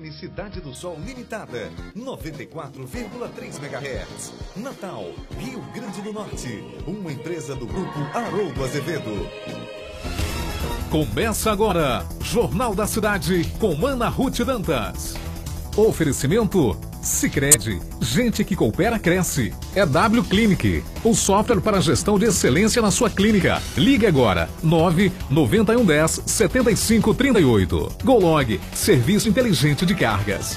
Cidade do Sol Limitada, 94,3 MHz. Natal, Rio Grande do Norte. Uma empresa do Grupo Haroldo Azevedo. Começa agora, Jornal da Cidade, com Ana Ruth Dantas. Oferecimento Sicredi, gente que coopera cresce. EW Clinic, o software para gestão de excelência na sua clínica. Ligue agora, 99110 7538. Golog, serviço inteligente de cargas.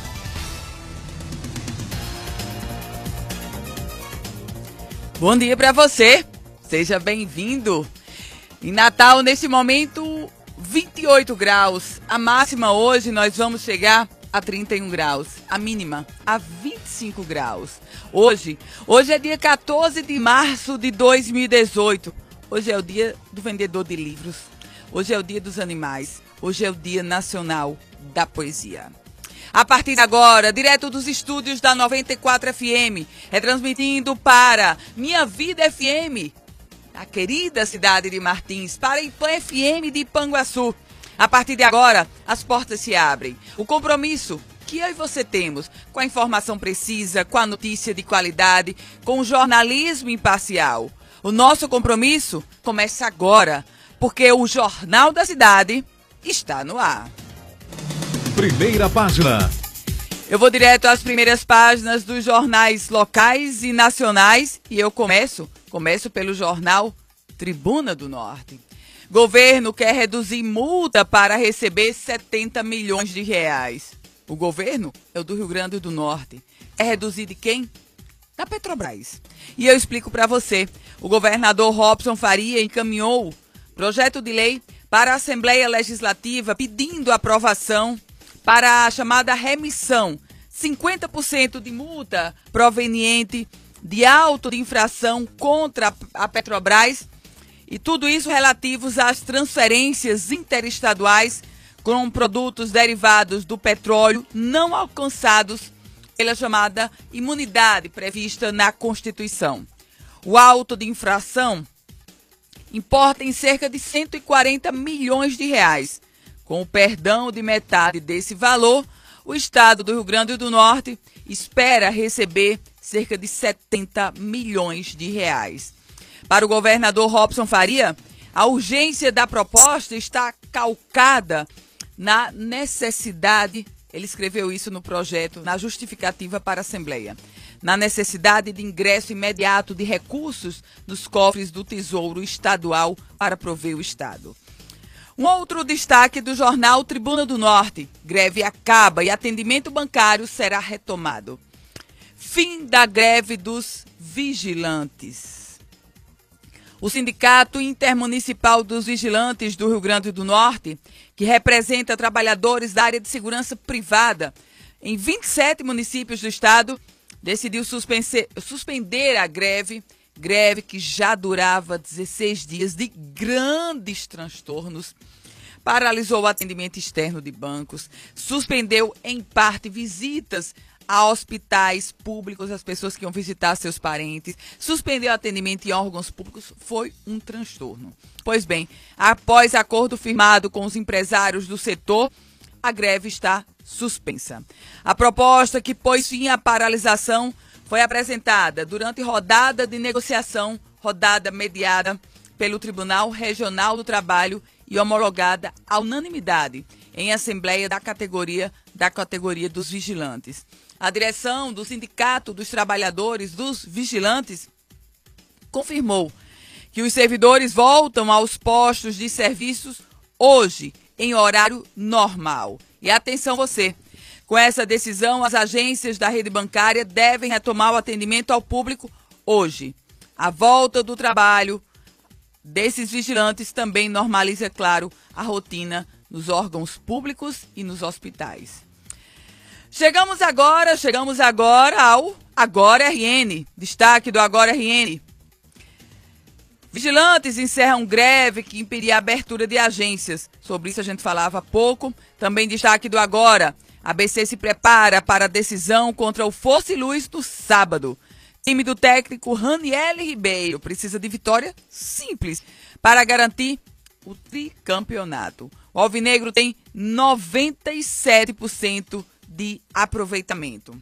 Bom dia para você, seja bem-vindo. Em Natal, nesse momento, 28 graus. A máxima hoje nós vamos chegar a 31 graus, a mínima a 25 graus. Hoje é dia 14 de março de 2018. Hoje é o dia do vendedor de livros. Hoje é o dia dos animais. Hoje é o dia nacional da poesia. A partir de agora, direto dos estúdios da 94 FM, retransmitindo para Minha Vida FM, a querida cidade de Martins, para Ipan FM de Ipanguaçu. A partir de agora, as portas se abrem. O compromisso que eu e você temos com a informação precisa, com a notícia de qualidade, com o jornalismo imparcial. O nosso compromisso começa agora, porque o Jornal da Cidade está no ar. Primeira página. Eu vou direto às primeiras páginas dos jornais locais e nacionais e eu começo pelo jornal Tribuna do Norte. Governo quer reduzir multa para receber 70 milhões de reais. O governo é o do Rio Grande do Norte. É reduzir de quem? Da Petrobras. E eu explico para você. O governador Robson Faria encaminhou projeto de lei para a Assembleia Legislativa pedindo aprovação para a chamada remissão. 50% de multa proveniente de auto de infração contra a Petrobras. E tudo isso relativos às transferências interestaduais com produtos derivados do petróleo não alcançados pela chamada imunidade prevista na Constituição. O auto de infração importa em cerca de 140 milhões de reais. Com o perdão de metade desse valor, o estado do Rio Grande do Norte espera receber cerca de 70 milhões de reais. Para o governador Robson Faria, a urgência da proposta está calcada na necessidade, ele escreveu isso no projeto, na justificativa para a Assembleia, na necessidade de ingresso imediato de recursos nos cofres do Tesouro Estadual para prover o Estado. Um outro destaque do jornal Tribuna do Norte: greve acaba e atendimento bancário será retomado. Fim da greve dos vigilantes. O Sindicato Intermunicipal dos Vigilantes do Rio Grande do Norte, que representa trabalhadores da área de segurança privada em 27 municípios do estado, decidiu suspender a greve que já durava 16 dias de grandes transtornos, paralisou o atendimento externo de bancos, suspendeu em parte visitas a hospitais públicos, as pessoas que iam visitar seus parentes, suspendeu atendimento em órgãos públicos, foi um transtorno. Pois bem, após acordo firmado com os empresários do setor, a greve está suspensa. A proposta que pôs fim à paralisação foi apresentada durante rodada de negociação, rodada mediada pelo Tribunal Regional do Trabalho e homologada à unanimidade em assembleia da categoria dos vigilantes. A direção do Sindicato dos Trabalhadores dos Vigilantes confirmou que os servidores voltam aos postos de serviços hoje, em horário normal. E atenção você, com essa decisão, as agências da rede bancária devem retomar o atendimento ao público hoje. A volta do trabalho desses vigilantes também normaliza, claro, a rotina nos órgãos públicos e nos hospitais. Chegamos agora ao Agora RN. Destaque do Agora RN. Vigilantes encerram greve que impedia a abertura de agências. Sobre isso a gente falava há pouco. Também destaque do Agora. A ABC se prepara para a decisão contra o Força e Luz no sábado. Time do técnico Raniel Ribeiro precisa de vitória simples para garantir o tricampeonato. O alvinegro tem 97% de aproveitamento.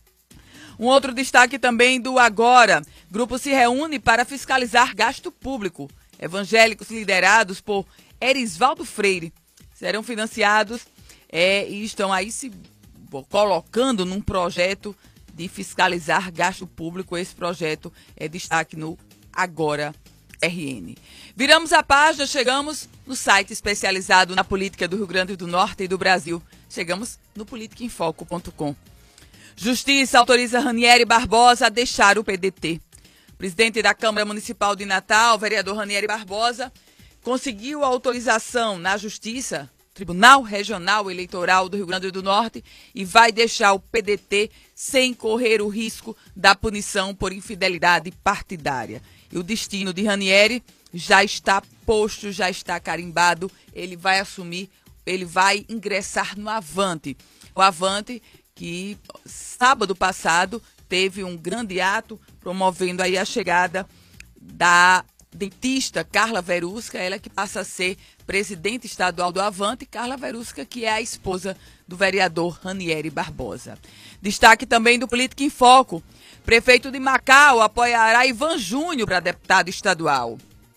Um outro destaque também do Agora. Grupo se reúne para fiscalizar gasto público. Evangélicos liderados por Erisvaldo Freire serão financiados e estão aí se colocando num projeto de fiscalizar gasto público. Esse projeto é destaque no Agora RN. Viramos a página, chegamos no site especializado na política do Rio Grande do Norte e do Brasil. Chegamos no politicaemfoco.com. Justiça autoriza Ranieri Barbosa a deixar o PDT. O presidente da Câmara Municipal de Natal, vereador Ranieri Barbosa, conseguiu a autorização na Justiça, Tribunal Regional Eleitoral do Rio Grande do Norte, e vai deixar o PDT sem correr o risco da punição por infidelidade partidária. E o destino de Ranieri já está posto, já está carimbado. Ele vai assumir, ele vai ingressar no Avante. O Avante, que sábado passado teve um grande ato promovendo aí a chegada da dentista Carla Verusca, ela que passa a ser presidente estadual do Avante, Carla Verusca, que é a esposa do vereador Ranieri Barbosa. Destaque também do Política em Foco. Prefeito de Macau apoiará Ivan Júnior para deputado estadual.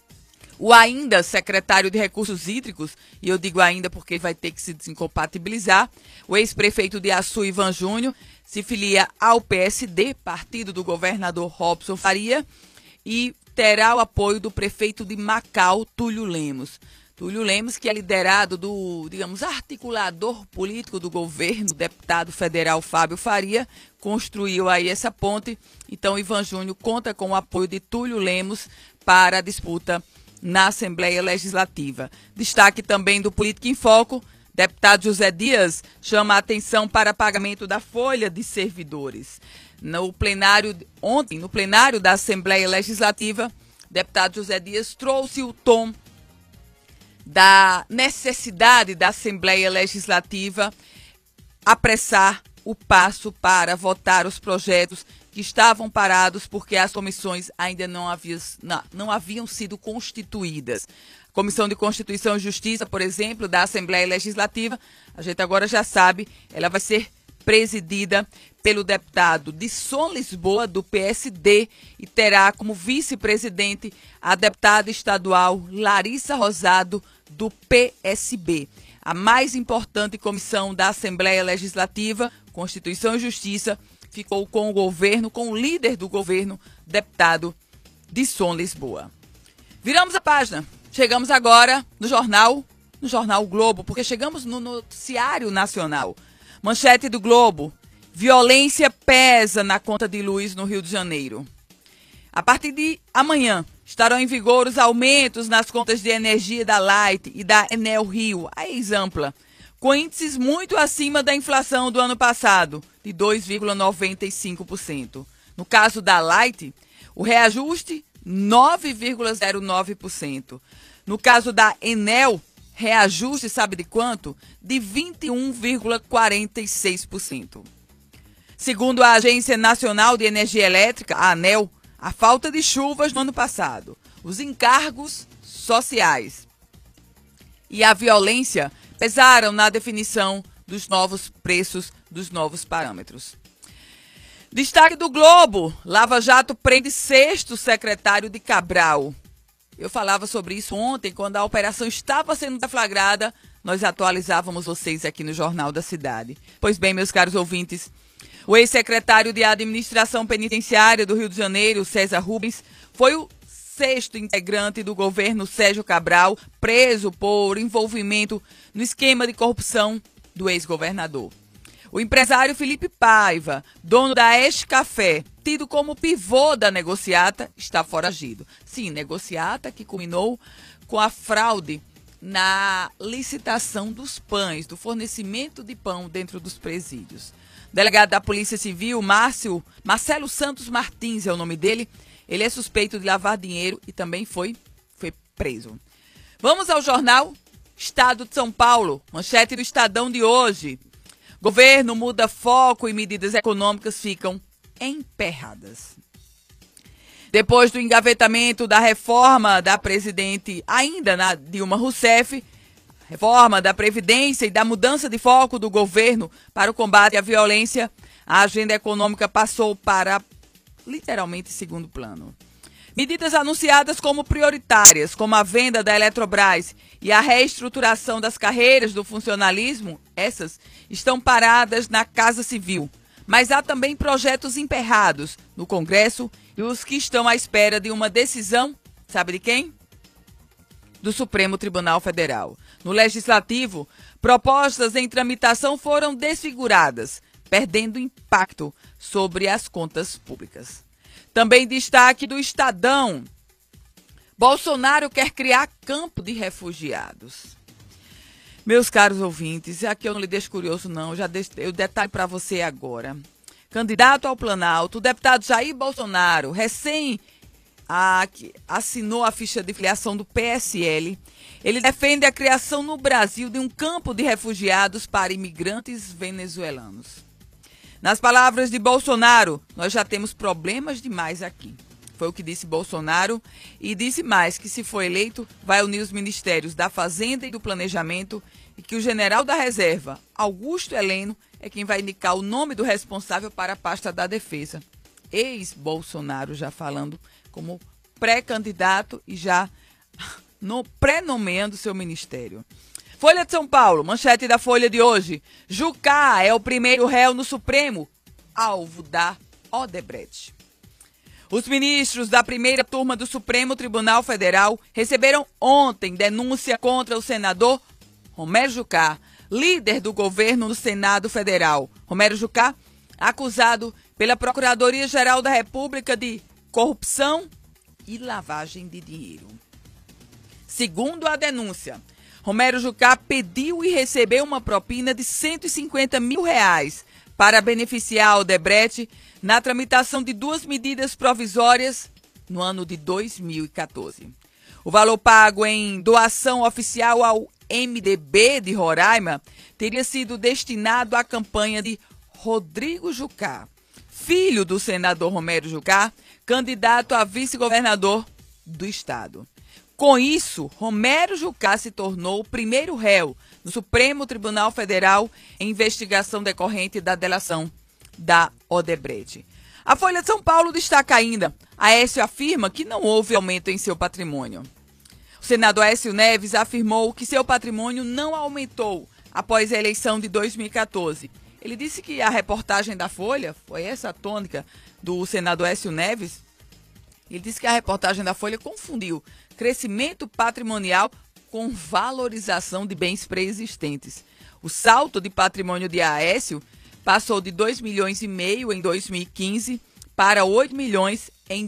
O ainda secretário de Recursos Hídricos, e eu digo ainda porque vai ter que se desincompatibilizar, o ex-prefeito de Açu, Ivan Júnior, se filia ao PSD, partido do governador Robson Faria, e terá o apoio do prefeito de Macau, Túlio Lemos. Túlio Lemos, que é liderado do, articulador político do governo, deputado federal Fábio Faria, construiu aí essa ponte. Então, Ivan Júnior conta com o apoio de Túlio Lemos para a disputa na Assembleia Legislativa. Destaque também do Política em Foco. Deputado José Dias chama a atenção para pagamento da folha de servidores. Ontem, no plenário da Assembleia Legislativa, deputado José Dias trouxe o tom da necessidade da Assembleia Legislativa apressar o passo para votar os projetos que estavam parados porque as comissões ainda não haviam sido constituídas. A Comissão de Constituição e Justiça, por exemplo, da Assembleia Legislativa, a gente agora já sabe, ela vai ser presidida pelo deputado Disson Lisboa, do PSD, e terá como vice-presidente a deputada estadual Larissa Rosado, do PSB. A mais importante comissão da Assembleia Legislativa, Constituição e Justiça, ficou com o governo, com o líder do governo, deputado Disson Lisboa. Viramos a página. Chegamos agora no Jornal Globo, porque chegamos no noticiário nacional. Manchete do Globo: violência pesa na conta de luz no Rio de Janeiro. A partir de amanhã, estarão em vigor os aumentos nas contas de energia da Light e da Enel Rio, a ex-Ampla, com índices muito acima da inflação do ano passado, de 2,95%. No caso da Light, o reajuste, 9,09%. No caso da Enel, reajuste, sabe de quanto? De 21,46%. Segundo a Agência Nacional de Energia Elétrica, a ANEEL, a falta de chuvas no ano passado, os encargos sociais e a violência pesaram na definição dos novos preços, dos novos parâmetros. Destaque do Globo: Lava Jato prende sexto secretário de Cabral. Eu falava sobre isso ontem, quando a operação estava sendo deflagrada, nós atualizávamos vocês aqui no Jornal da Cidade. Pois bem, meus caros ouvintes, o ex-secretário de Administração Penitenciária do Rio de Janeiro, César Rubens, foi o sexto integrante do governo Sérgio Cabral, preso por envolvimento no esquema de corrupção do ex-governador. O empresário Felipe Paiva, dono da Escafé, tido como pivô da negociata, está foragido. Sim, negociata que culminou com a fraude na licitação dos pães, do fornecimento de pão dentro dos presídios. O delegado da Polícia Civil, Marcelo Santos Martins é o nome dele. Ele é suspeito de lavar dinheiro e também foi preso. Vamos ao jornal Estado de São Paulo, manchete do Estadão de hoje. Governo muda foco e medidas econômicas ficam emperradas. Depois do engavetamento da reforma da presidente ainda Dilma Rousseff, reforma da Previdência e da mudança de foco do governo para o combate à violência, a agenda econômica passou para, literalmente, segundo plano. Medidas anunciadas como prioritárias, como a venda da Eletrobras e a reestruturação das carreiras do funcionalismo, essas estão paradas na Casa Civil. Mas há também projetos emperrados no Congresso e os que estão à espera de uma decisão, sabe de quem? Do Supremo Tribunal Federal. No Legislativo, propostas em tramitação foram desfiguradas, perdendo impacto sobre as contas públicas. Também destaque do Estadão. Bolsonaro quer criar campo de refugiados. Meus caros ouvintes, aqui eu não lhe deixo curioso não, eu detalho para você agora. Candidato ao Planalto, o deputado Jair Bolsonaro, assinou a ficha de filiação do PSL. Ele defende a criação no Brasil de um campo de refugiados para imigrantes venezuelanos. Nas palavras de Bolsonaro, nós já temos problemas demais aqui. Foi o que disse Bolsonaro e disse mais que, se for eleito, vai unir os ministérios da Fazenda e do Planejamento e que o general da Reserva, Augusto Heleno, é quem vai indicar o nome do responsável para a pasta da Defesa. Ex-Bolsonaro já falando como pré-candidato e já pré-nomeando seu ministério. Folha de São Paulo, manchete da Folha de hoje. Jucá é o primeiro réu no Supremo, alvo da Odebrecht. Os ministros da primeira turma do Supremo Tribunal Federal receberam ontem denúncia contra o senador Romero Jucá, líder do governo no Senado Federal. Romero Jucá, acusado pela Procuradoria-Geral da República de corrupção e lavagem de dinheiro. Segundo a denúncia, Romero Jucá pediu e recebeu uma propina de R$150 mil para beneficiar a Odebrecht na tramitação de 2 medidas provisórias no ano de 2014. O valor pago em doação oficial ao MDB de Roraima teria sido destinado à campanha de Rodrigo Jucá, filho do senador Romero Jucá, candidato a vice-governador do estado. Com isso, Romero Jucá se tornou o primeiro réu no Supremo Tribunal Federal em investigação decorrente da delação da Odebrecht. A Folha de São Paulo destaca ainda: Aécio afirma que não houve aumento em seu patrimônio. O senador Aécio Neves afirmou que seu patrimônio não aumentou após a eleição de 2014. Ele disse que a reportagem da Folha, foi essa a tônica do senador Aécio Neves, ele disse que a reportagem da Folha confundiu crescimento patrimonial com valorização de bens pré-existentes. O salto de patrimônio de Aécio passou de 2,5 milhões em 2015 para 8 milhões em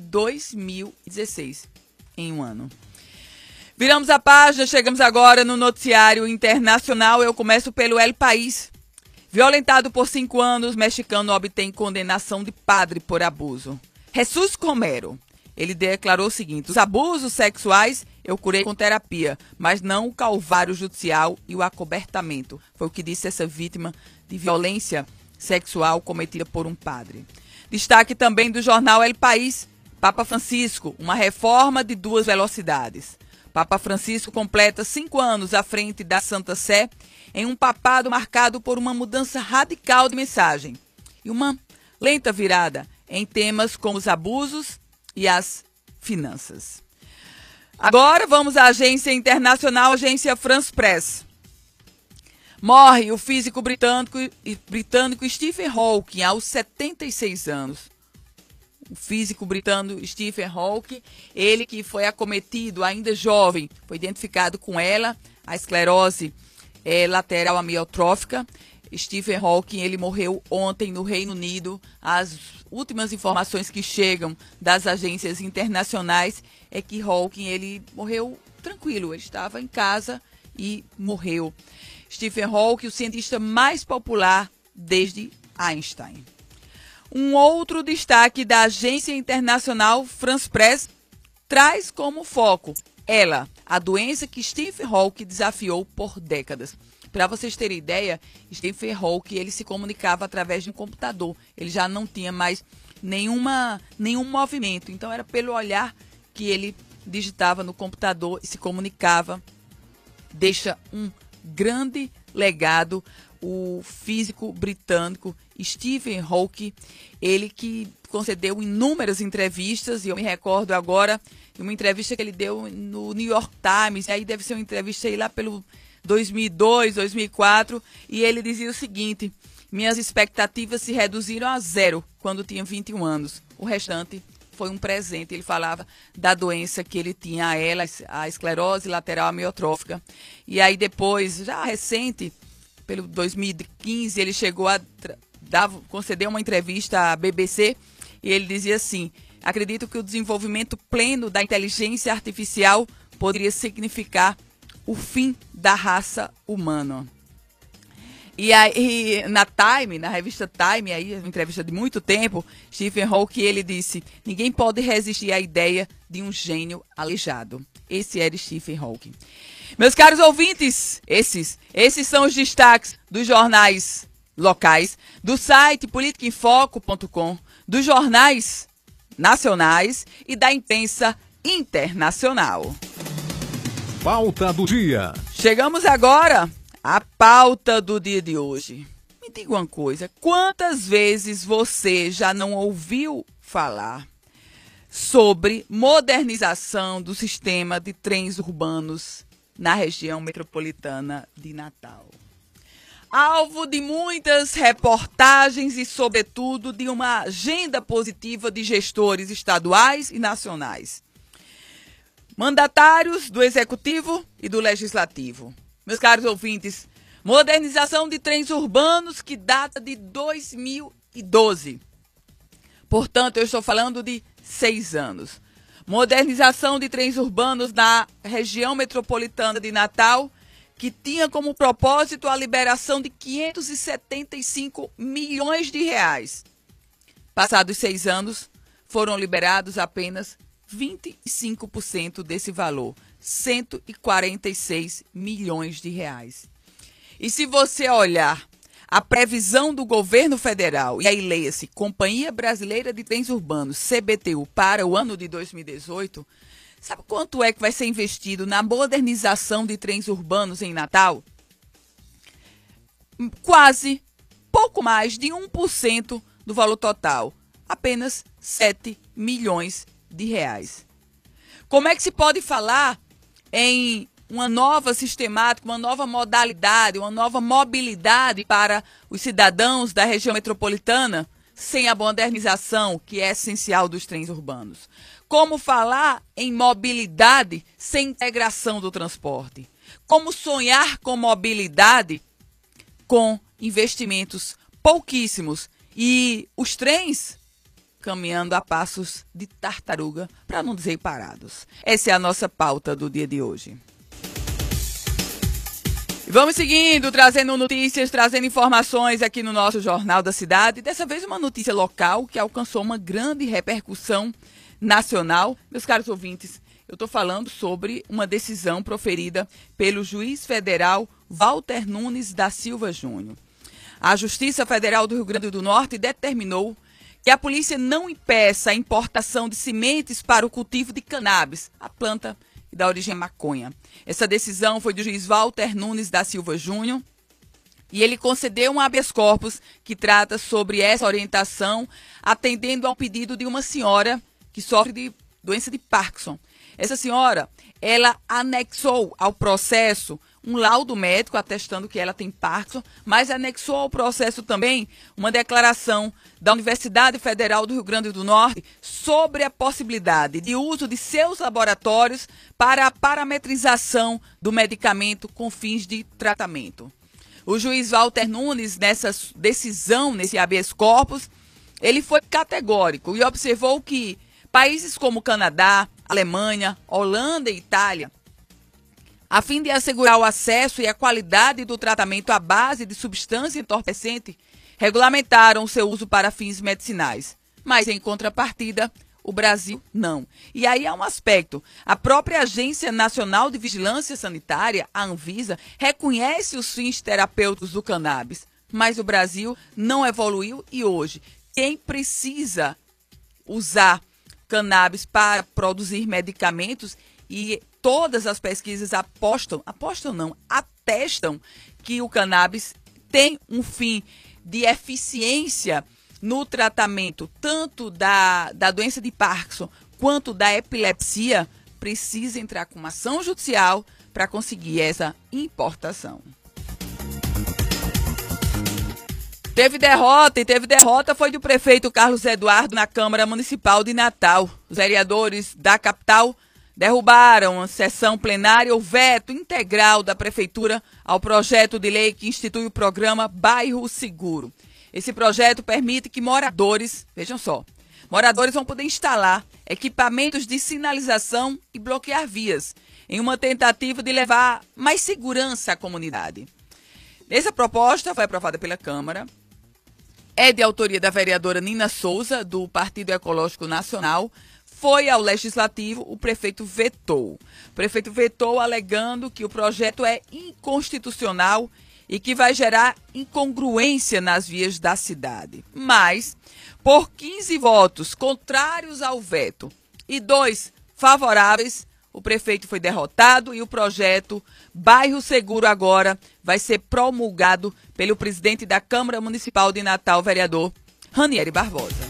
2016, em um ano. Viramos a página, chegamos agora no noticiário internacional. Eu começo pelo El País. Violentado por 5 anos, mexicano obtém condenação de padre por abuso. Jesus Romero, ele declarou o seguinte: os abusos sexuais eu curei com terapia, mas não o calvário judicial e o acobertamento. Foi o que disse essa vítima de violência sexual cometida por um padre. Destaque também do jornal El País: Papa Francisco, uma reforma de 2 velocidades. Papa Francisco completa 5 anos à frente da Santa Sé em um papado marcado por uma mudança radical de mensagem e uma lenta virada em temas como os abusos e as finanças. Agora vamos à agência internacional, agência France Press. Morre o físico britânico Stephen Hawking aos 76 anos. O físico britânico Stephen Hawking, ele que foi acometido ainda jovem, foi identificado com ela, a esclerose lateral amiotrófica. Stephen Hawking, ele morreu ontem no Reino Unido. As últimas informações que chegam das agências internacionais é que Hawking, ele morreu tranquilo, ele estava em casa e morreu. Stephen Hawking, o cientista mais popular desde Einstein. Um outro destaque da agência internacional France Press traz como foco ela, a doença que Stephen Hawking desafiou por décadas. Para vocês terem ideia, Stephen Hawking, ele se comunicava através de um computador. Ele já não tinha mais nenhum movimento. Então era pelo olhar que ele digitava no computador e se comunicava. Deixa um grande legado, o físico britânico Stephen Hawking, ele que concedeu inúmeras entrevistas, e eu me recordo agora de uma entrevista que ele deu no New York Times, e aí deve ser uma entrevista aí lá pelo 2002, 2004, e ele dizia o seguinte: minhas expectativas se reduziram a zero quando tinha 21 anos. O restante foi um presente. Ele falava da doença que ele tinha, a esclerose lateral amiotrófica. E aí depois, já recente, pelo 2015, ele chegou a conceder uma entrevista à BBC, e ele dizia assim: acredito que o desenvolvimento pleno da inteligência artificial poderia significar o fim da raça humana. E aí, na revista Time, aí, uma entrevista de muito tempo, Stephen Hawking, ele disse: ninguém pode resistir à ideia de um gênio aleijado. Esse era Stephen Hawking. Meus caros ouvintes, esses são os destaques dos jornais locais, do site politicaemfoco.com, dos jornais nacionais e da imprensa internacional. Pauta do dia. Chegamos agora à pauta do dia de hoje. Me diga uma coisa: quantas vezes você já não ouviu falar sobre modernização do sistema de trens urbanos na região metropolitana de Natal? Alvo de muitas reportagens e, sobretudo, de uma agenda positiva de gestores estaduais e nacionais, mandatários do Executivo e do Legislativo. Meus caros ouvintes, modernização de trens urbanos que data de 2012. Portanto, eu estou falando de 6 anos. Modernização de trens urbanos na região metropolitana de Natal, que tinha como propósito a liberação de 575 milhões de reais. Passados 6 anos, foram liberados apenas 25% desse valor, 146 milhões de reais. E se você olhar a previsão do governo federal, e aí leia-se Companhia Brasileira de Trens Urbanos, CBTU, para o ano de 2018, sabe quanto é que vai ser investido na modernização de trens urbanos em Natal? Quase, pouco mais de 1% do valor total, apenas 7 milhões de reais. Como é que se pode falar em uma nova sistemática, uma nova modalidade, uma nova mobilidade para os cidadãos da região metropolitana sem a modernização, que é essencial, dos trens urbanos? Como falar em mobilidade sem integração do transporte? Como sonhar com mobilidade com investimentos pouquíssimos e os trens caminhando a passos de tartaruga, para não dizer parados? Essa é a nossa pauta do dia de hoje. E vamos seguindo, trazendo notícias, trazendo informações aqui no nosso Jornal da Cidade. Dessa vez uma notícia local que alcançou uma grande repercussão nacional. Meus caros ouvintes, eu estou falando sobre uma decisão proferida pelo juiz federal Walter Nunes da Silva Júnior. A Justiça Federal do Rio Grande do Norte determinou que a polícia não impeça a importação de sementes para o cultivo de cannabis, a planta da origem maconha. Essa decisão foi do juiz Walter Nunes da Silva Júnior, e ele concedeu um habeas corpus que trata sobre essa orientação, atendendo ao pedido de uma senhora que sofre de doença de Parkinson. Essa senhora, ela anexou ao processo um laudo médico atestando que ela tem Parkinson, mas anexou ao processo também uma declaração da Universidade Federal do Rio Grande do Norte sobre a possibilidade de uso de seus laboratórios para a parametrização do medicamento com fins de tratamento. O juiz Walter Nunes, nessa decisão, nesse habeas corpus, ele foi categórico e observou que países como Canadá, Alemanha, Holanda e Itália, a fim de assegurar o acesso e a qualidade do tratamento à base de substância entorpecente, regulamentaram o seu uso para fins medicinais. Mas, em contrapartida, o Brasil não. E aí há um aspecto. A própria Agência Nacional de Vigilância Sanitária, a Anvisa, reconhece os fins terapêuticos do cannabis. Mas o Brasil não evoluiu e hoje, quem precisa usar cannabis para produzir medicamentos, e todas as pesquisas apostam não, atestam que o cannabis tem um fim de eficiência no tratamento tanto da doença de Parkinson quanto da epilepsia, precisa entrar com uma ação judicial para conseguir essa importação. Teve derrota foi do prefeito Carlos Eduardo na Câmara Municipal de Natal. Os vereadores da capital derrubaram a sessão plenária o veto integral da prefeitura ao projeto de lei que institui o programa Bairro Seguro. Esse projeto permite que moradores, vejam só, moradores vão poder instalar equipamentos de sinalização e bloquear vias, em uma tentativa de levar mais segurança à comunidade. Essa proposta foi aprovada pela Câmara, é de autoria da vereadora Nina Souza, do Partido Ecológico Nacional, foi ao Legislativo, o prefeito vetou. O prefeito vetou alegando que o projeto é inconstitucional e que vai gerar incongruência nas vias da cidade. Mas, por 15 votos contrários ao veto e 2 favoráveis, o prefeito foi derrotado e o projeto Bairro Seguro agora vai ser promulgado pelo presidente da Câmara Municipal de Natal, vereador Ranieri Barbosa.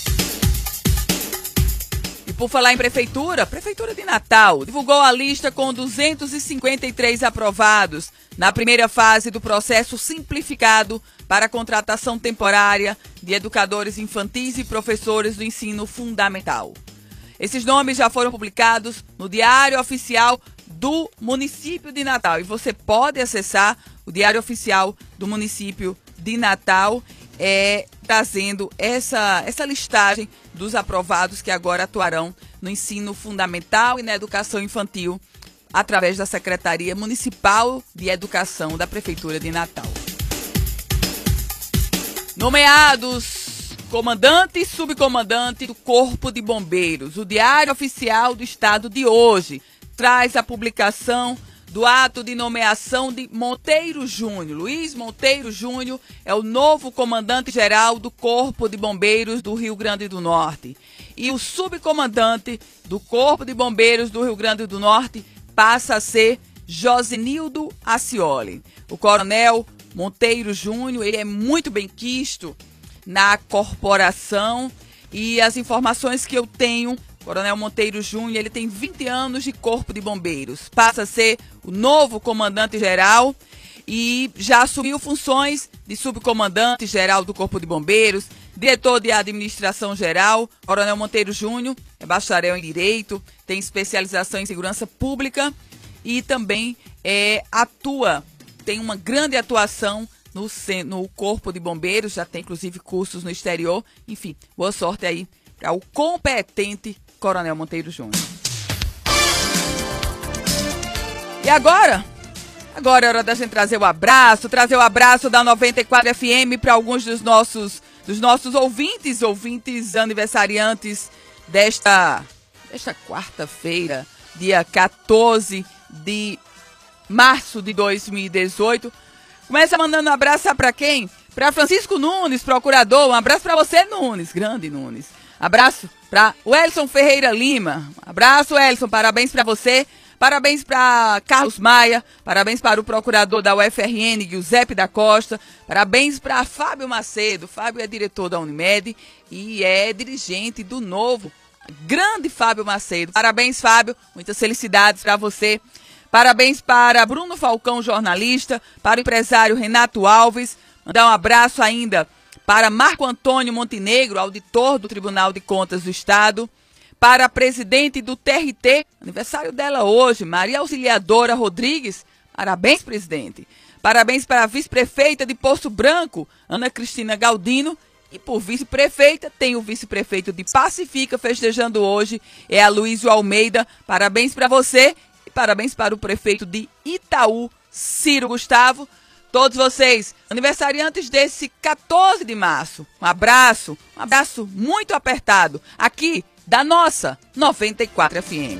E por falar em prefeitura, a Prefeitura de Natal divulgou a lista com 253 aprovados na primeira fase do processo simplificado para a contratação temporária de educadores infantis e professores do ensino fundamental. Esses nomes já foram publicados no Diário Oficial do município de Natal. E você pode acessar o Diário Oficial do município de Natal, trazendo essa listagem dos aprovados que agora atuarão no ensino fundamental e na educação infantil, através da Secretaria Municipal de Educação da Prefeitura de Natal. Nomeados comandante e subcomandante do Corpo de Bombeiros. O Diário Oficial do Estado de hoje traz a publicação do ato de nomeação de Monteiro Júnior. Luiz Monteiro Júnior é o novo comandante-geral do Corpo de Bombeiros do Rio Grande do Norte. E o subcomandante do Corpo de Bombeiros do Rio Grande do Norte passa a ser Josenildo Acioli. O coronel Monteiro Júnior, ele é muito bem quisto na corporação e as informações que eu tenho, o Coronel Monteiro Júnior, ele tem 20 anos de Corpo de Bombeiros, passa a ser o novo comandante-geral e já assumiu funções de subcomandante-geral do Corpo de Bombeiros, diretor de administração geral. Coronel Monteiro Júnior é bacharel em Direito, tem especialização em Segurança Pública e também tem uma grande atuação no Corpo de Bombeiros, já tem inclusive cursos no exterior. Enfim, boa sorte aí para o competente Coronel Monteiro Júnior. E agora é hora da gente trazer o abraço da 94 FM para alguns dos nossos ouvintes aniversariantes desta quarta-feira, dia 14 de março de 2018. Começa mandando um abraço, sabe pra quem? Pra Francisco Nunes, procurador. Um abraço pra você, Nunes, grande Nunes. Abraço pra Welson Ferreira Lima. Abraço, Welson, parabéns pra você. Parabéns pra Carlos Maia. Parabéns para o procurador da UFRN, Giuseppe da Costa. Parabéns pra Fábio Macedo. Fábio é diretor da Unimed e é dirigente do novo grande Fábio Macedo. Parabéns, Fábio. Muitas felicidades pra você. Parabéns para Bruno Falcão, jornalista, para o empresário Renato Alves. Mandar um abraço ainda para Marco Antônio Montenegro, auditor do Tribunal de Contas do Estado. Para a presidente do TRT, aniversário dela hoje, Maria Auxiliadora Rodrigues. Parabéns, presidente. Parabéns para a vice-prefeita de Poço Branco, Ana Cristina Galdino. E por vice-prefeita, tem o vice-prefeito de Pacifica festejando hoje, é a Luísio Almeida. Parabéns para você. Parabéns para o prefeito de Itaú, Ciro Gustavo. Todos vocês, aniversariantes desse 14 de março. Um abraço muito apertado aqui da nossa 94 FM.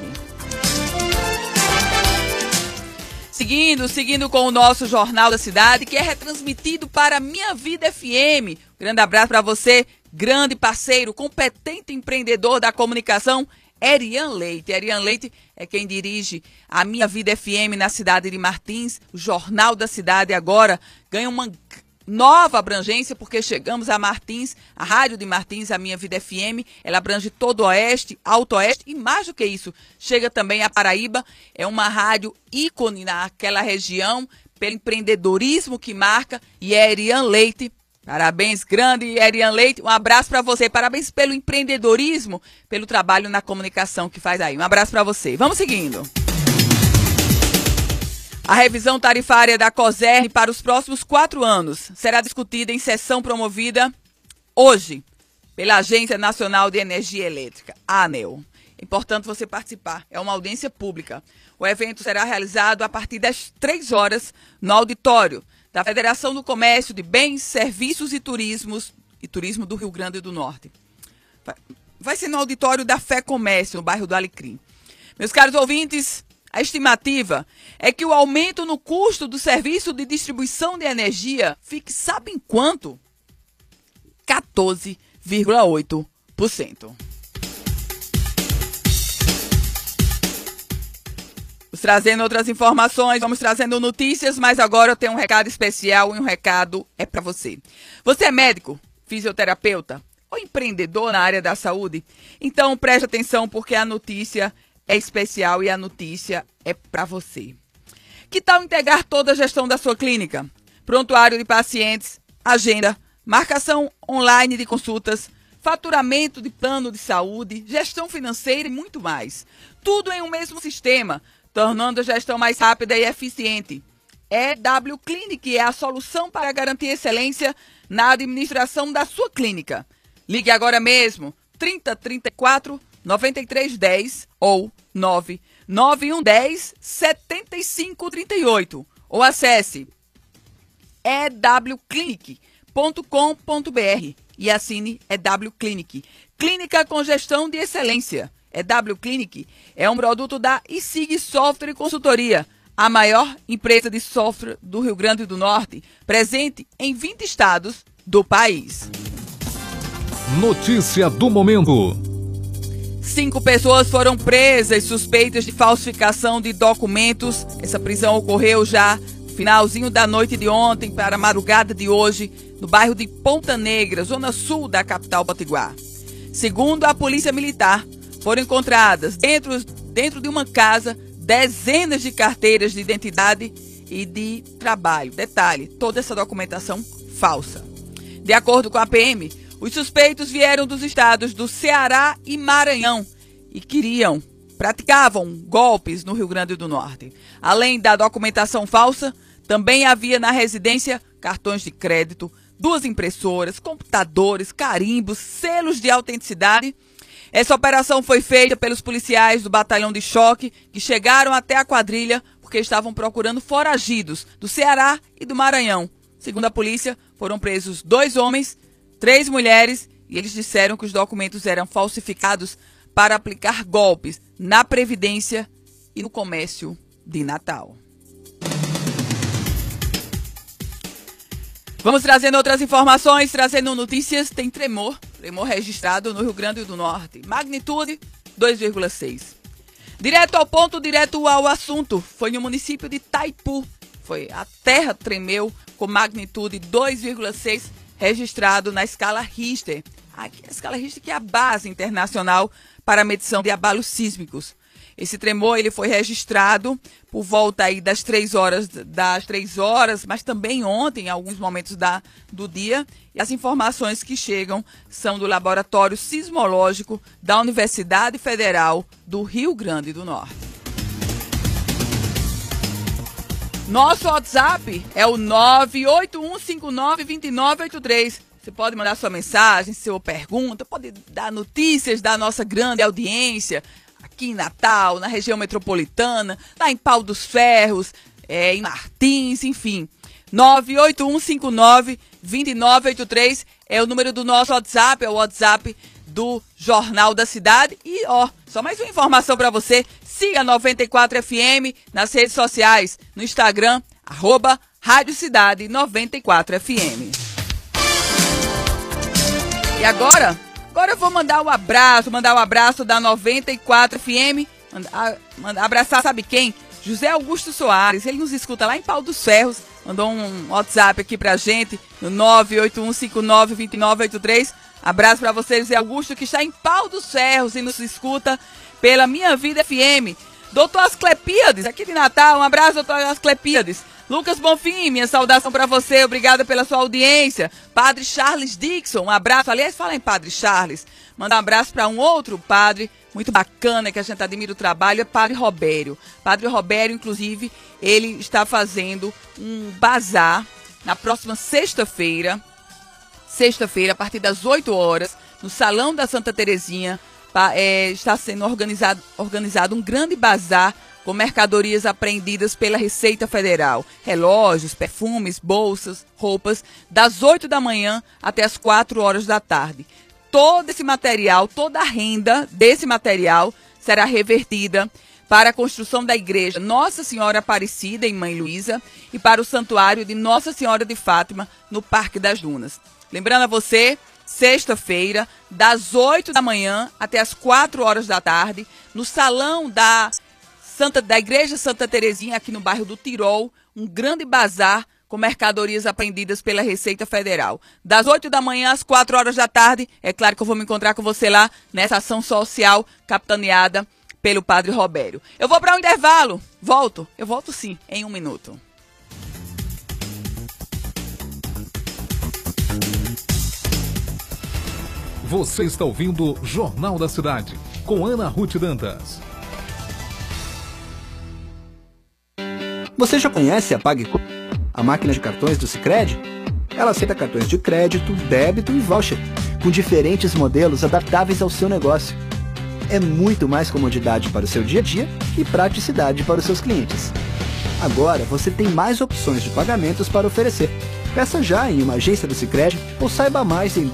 Seguindo com o nosso Jornal da Cidade, que é retransmitido para Minha Vida FM. Um grande abraço para você, grande parceiro, competente empreendedor da comunicação Erian Leite. Erian Leite é quem dirige a Minha Vida FM na cidade de Martins. O Jornal da Cidade agora ganha uma nova abrangência, porque chegamos a Martins, a rádio de Martins, a Minha Vida FM, ela abrange todo o Oeste, Alto Oeste e mais do que isso, chega também a Paraíba, é uma rádio ícone naquela região, pelo empreendedorismo que marca, e é Erian Leite. Parabéns, grande Erian Leite, um abraço para você, parabéns pelo empreendedorismo, pelo trabalho na comunicação que faz aí, um abraço para você. Vamos seguindo. A revisão tarifária da COSERN para os próximos 4 anos será discutida em sessão promovida hoje pela Agência Nacional de Energia Elétrica, a ANEEL. É importante você participar, é uma audiência pública. O evento será realizado a partir das 3 horas no auditório da Federação do Comércio de Bens, Serviços e Turismo do Rio Grande do Norte. Vai ser no auditório da Fé Comércio, no bairro do Alecrim. Meus caros ouvintes, a estimativa é que o aumento no custo do serviço de distribuição de energia fique, sabe em quanto? 14,8%. Vamos trazendo outras informações, vamos trazendo notícias, mas agora eu tenho um recado especial e um recado é para você. Você é médico, fisioterapeuta ou empreendedor na área da saúde? Então preste atenção porque a notícia é especial e a notícia é para você. Que tal integrar toda a gestão da sua clínica? Prontuário de pacientes, agenda, marcação online de consultas, faturamento de plano de saúde, gestão financeira e muito mais. Tudo em um mesmo sistema, tornando a gestão mais rápida e eficiente. EW Clinic é a solução para garantir excelência na administração da sua clínica. Ligue agora mesmo, 3034 9310 ou 99110 7538 ou acesse ewclinic.com.br e assine EW Clinic. Clínica com gestão de excelência. EW Clinic é um produto da ISIG Software e Consultoria, a maior empresa de software do Rio Grande do Norte, presente em 20 estados do país. Notícia do momento. 5 pessoas foram presas suspeitas de falsificação de documentos. Essa prisão ocorreu já no finalzinho da noite de ontem para a madrugada de hoje, no bairro de Ponta Negra, zona sul da capital potiguar. Segundo a Polícia Militar, foram encontradas dentro de uma casa dezenas de carteiras de identidade e de trabalho. Detalhe, toda essa documentação falsa. De acordo com a PM, os suspeitos vieram dos estados do Ceará e Maranhão e praticavam golpes no Rio Grande do Norte. Além da documentação falsa, também havia na residência cartões de crédito, 2 impressoras, computadores, carimbos, selos de autenticidade. Essa operação foi feita pelos policiais do Batalhão de Choque, que chegaram até a quadrilha porque estavam procurando foragidos do Ceará e do Maranhão. Segundo a polícia, foram presos 2 homens, 3 mulheres, e eles disseram que os documentos eram falsificados para aplicar golpes na Previdência e no comércio de Natal. Vamos trazendo outras informações, trazendo notícias. Tem tremor registrado no Rio Grande do Norte. Magnitude 2,6. Direto ao ponto, direto ao assunto. Foi no município de Itaipu. A terra tremeu com magnitude 2,6 registrado na escala Richter. A escala Richter que é a base internacional para a medição de abalos sísmicos. Esse tremor ele foi registrado por volta aí das 3 horas, mas também ontem, em alguns momentos do dia. E as informações que chegam são do Laboratório Sismológico da Universidade Federal do Rio Grande do Norte. Nosso WhatsApp é o 981592983. Você pode mandar sua mensagem, sua pergunta, pode dar notícias da nossa grande audiência aqui em Natal, na região metropolitana, lá em Pau dos Ferros, em Martins, enfim. 981592983 é o número do nosso WhatsApp, é o WhatsApp do Jornal da Cidade. E, só mais uma informação para você, siga a 94FM nas redes sociais, no Instagram, Rádio Cidade 94FM. E agora, Agora eu vou mandar um abraço da 94 FM, abraçar sabe quem? José Augusto Soares, ele nos escuta lá em Pau dos Ferros, mandou um WhatsApp aqui pra gente, no 981592983. Abraço pra você, José Augusto, que está em Pau dos Ferros e nos escuta pela Minha Vida FM. Doutor Asclepíades, aqui de Natal, um abraço, doutor Asclepíades. Lucas Bonfim, minha saudação para você, obrigada pela sua audiência. Padre Charles Dixon, um abraço. Aliás, fala em Padre Charles, manda um abraço para um outro padre muito bacana, que a gente admira o trabalho, é Padre Robério. Padre Robério, inclusive, ele está fazendo um bazar na próxima sexta-feira, a partir das 8 horas, no Salão da Santa Terezinha, está sendo organizado um grande bazar com mercadorias apreendidas pela Receita Federal, relógios, perfumes, bolsas, roupas, das 8 da manhã até as 4 horas da tarde. Todo esse material, toda a renda desse material será revertida para a construção da igreja Nossa Senhora Aparecida, em Mãe Luísa, e para o santuário de Nossa Senhora de Fátima, no Parque das Dunas. Lembrando a você, sexta-feira, das 8 da manhã até as 4 horas da tarde, no salão da Igreja Santa Terezinha, aqui no bairro do Tirol, um grande bazar com mercadorias apreendidas pela Receita Federal. Das 8 da manhã às 4 horas da tarde, é claro que eu vou me encontrar com você lá nessa ação social capitaneada pelo Padre Robério. Eu vou para um intervalo, eu volto sim, em 1 minuto. Você está ouvindo Jornal da Cidade, com Ana Ruth Dantas. Você já conhece a PagCom, a máquina de cartões do Sicredi? Ela aceita cartões de crédito, débito e voucher, com diferentes modelos adaptáveis ao seu negócio. É muito mais comodidade para o seu dia a dia e praticidade para os seus clientes. Agora você tem mais opções de pagamentos para oferecer. Peça já em uma agência do Sicredi ou saiba mais em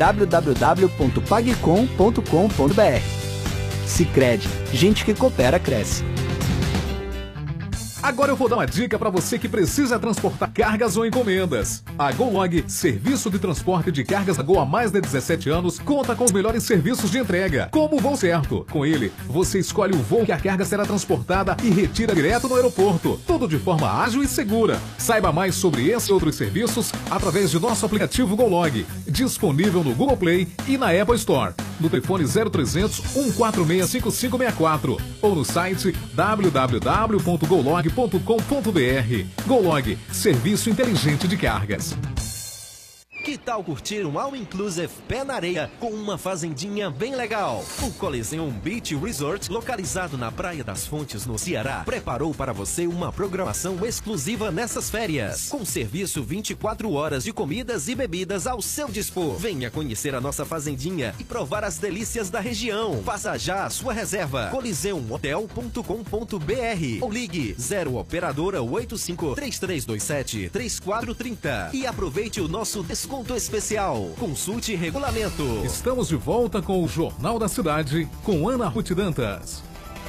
www.pagcom.com.br. Sicredi, gente que coopera cresce. Agora eu vou dar uma dica para você que precisa transportar cargas ou encomendas. A GoLog, serviço de transporte de cargas da Gol há mais de 17 anos, conta com os melhores serviços de entrega, como o Voo Certo. Com ele, você escolhe o voo que a carga será transportada e retira direto no aeroporto. Tudo de forma ágil e segura. Saiba mais sobre esse e outros serviços através de nosso aplicativo GoLog, disponível no Google Play e na Apple Store. No telefone 0300 146 5564 ou no site www.golog.com.br. GoLog, serviço inteligente de cargas. Que tal curtir um all-inclusive pé na areia com uma fazendinha bem legal? O Coliseum Beach Resort, localizado na Praia das Fontes, no Ceará, preparou para você uma programação exclusiva nessas férias, com serviço 24 horas de comidas e bebidas ao seu dispor. Venha conhecer a nossa fazendinha e provar as delícias da região. Faça já a sua reserva. coliseumhotel.com.br ou ligue 0 operadora 85 3327 3430 e aproveite o nosso desconto especial. Consulte regulamento. Estamos de volta com o Jornal da Cidade, com Ana Ruth Dantas.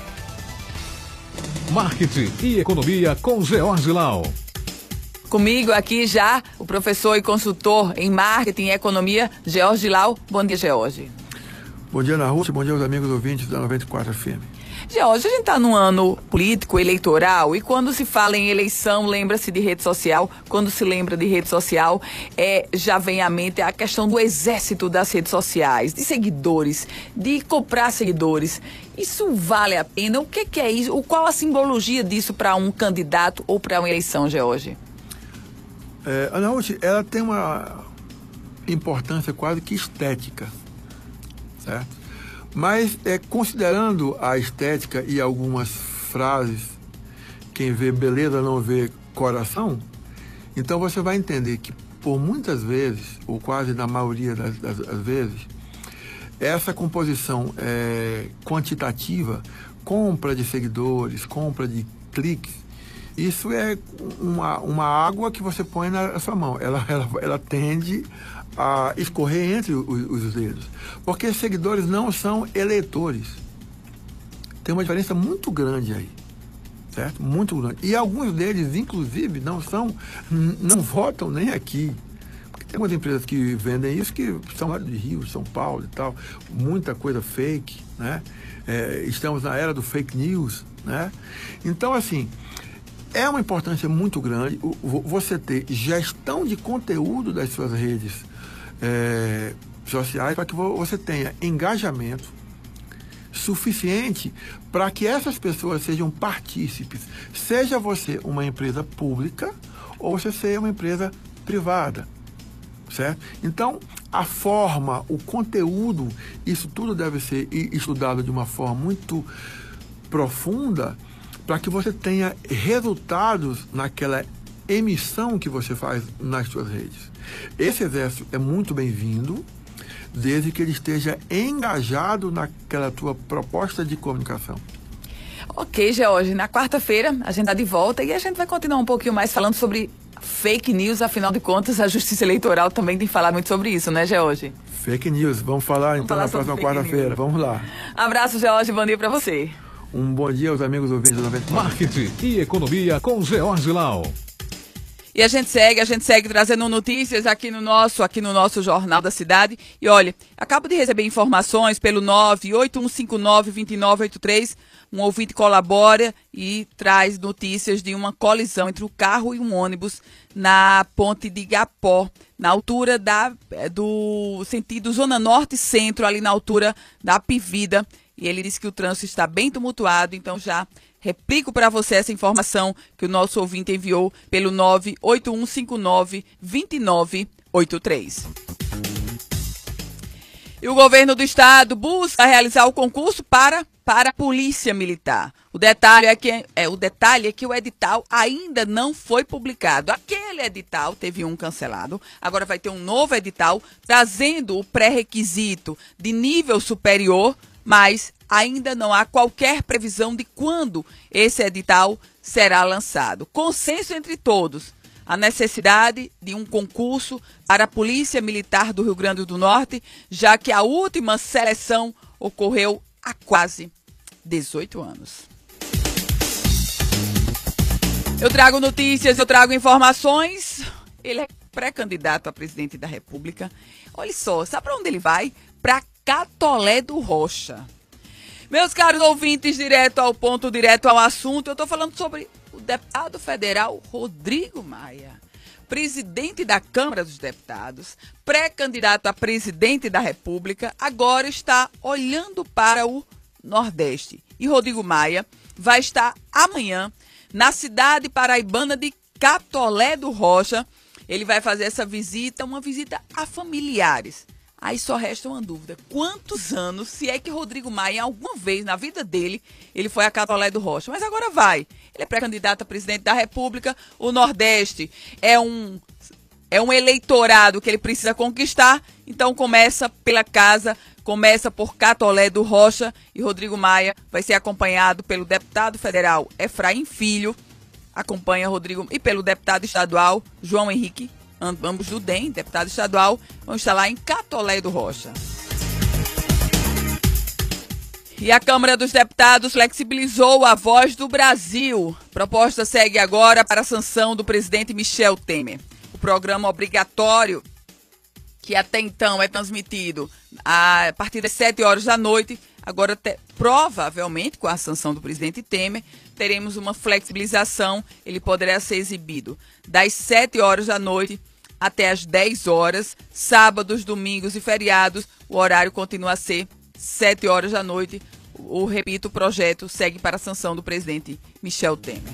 Marketing e Economia com George Lau. Comigo aqui já o professor e consultor em Marketing e Economia, George Lau. Bom dia, George. Bom dia, Ana Ruth. Bom dia aos amigos ouvintes da 94 FM. George, a gente está num ano político, eleitoral, e quando se fala em eleição, lembra-se de rede social. Quando se lembra de rede social, já vem à mente a questão do exército das redes sociais, de seguidores, de comprar seguidores. Isso vale a pena? O que é isso? Qual a simbologia disso para um candidato ou para uma eleição, George? Ana Ruth, ela tem uma importância quase que estética, certo? Mas, considerando a estética e algumas frases, quem vê beleza não vê coração, então você vai entender que, por muitas vezes, ou quase na maioria das vezes, essa composição quantitativa, compra de seguidores, compra de cliques, isso é uma água que você põe na sua mão. Ela tende a escorrer entre os dedos. Porque seguidores não são eleitores. Tem uma diferença muito grande aí. Certo? Muito grande. E alguns deles, inclusive, não votam nem aqui. Tem algumas empresas que vendem isso, que são lá de Rio, São Paulo e tal, muita coisa fake, né? Estamos na era do fake news, né? Então, assim, é uma importância muito grande você ter gestão de conteúdo das suas redes sociais para que você tenha engajamento suficiente para que essas pessoas sejam partícipes, seja você uma empresa pública ou você seja uma empresa privada, certo? Então, a forma, o conteúdo, isso tudo deve ser estudado de uma forma muito profunda para que você tenha resultados naquela emissão que você faz nas suas redes. Esse exército é muito bem-vindo, desde que ele esteja engajado naquela tua proposta de comunicação. Ok, George, na quarta-feira a gente está de volta e a gente vai continuar um pouquinho mais falando sobre fake news, afinal de contas a Justiça Eleitoral também tem falado muito sobre isso, né, George? Fake news, vamos falar então na próxima quarta-feira, vamos lá. Abraço, George, bom dia para você. Um bom dia aos amigos ouvintes do 94. Marketing e economia com George Lau. E a gente segue trazendo notícias aqui no nosso Jornal da Cidade. E olha, acabo de receber informações pelo 981592983. Um ouvinte colabora e traz notícias de uma colisão entre um carro e um ônibus na ponte de Igapó, na altura do sentido Zona Norte e Centro, ali na altura da Pivida. E ele disse que o trânsito está bem tumultuado, então já replico para você essa informação que o nosso ouvinte enviou pelo 981592983. E o governo do estado busca realizar o concurso para a Polícia Militar. O detalhe é que o edital ainda não foi publicado. Aquele edital teve um cancelado, agora vai ter um novo edital trazendo o pré-requisito de nível superior, mas ainda não há qualquer previsão de quando esse edital será lançado. Consenso entre todos, a necessidade de um concurso para a Polícia Militar do Rio Grande do Norte, já que a última seleção ocorreu há quase 18 anos. Eu trago notícias, eu trago informações. Ele é pré-candidato a presidente da República. Olha só, sabe para onde ele vai? Para Catolé do Rocha. Meus caros ouvintes, direto ao ponto, direto ao assunto, eu estou falando sobre o deputado federal Rodrigo Maia, presidente da Câmara dos Deputados, pré-candidato a presidente da República, agora está olhando para o Nordeste. E Rodrigo Maia vai estar amanhã na cidade paraibana de Catolé do Rocha. Ele vai fazer essa visita, uma visita a familiares. Aí só resta uma dúvida. Quantos anos, se é que Rodrigo Maia, alguma vez na vida dele, ele foi a Catolé do Rocha? Mas agora vai. Ele é pré-candidato a presidente da República. O Nordeste é um eleitorado que ele precisa conquistar. Então começa pela casa, começa por Catolé do Rocha. E Rodrigo Maia vai ser acompanhado pelo deputado federal Efraim Filho. Acompanha Rodrigo e pelo deputado estadual João Henrique, ambos do DEM, deputado estadual, vão estar lá em Catolé do Rocha. E a Câmara dos Deputados flexibilizou a Voz do Brasil. A proposta segue agora para a sanção do presidente Michel Temer. O programa obrigatório, que até então é transmitido a partir das 7 horas da noite, agora provavelmente com a sanção do presidente Temer, teremos uma flexibilização. Ele poderá ser exibido das 7 horas da noite até as 10 horas, sábados, domingos e feriados. O horário continua a ser 7 horas da noite. Repito, o projeto segue para a sanção do presidente Michel Temer.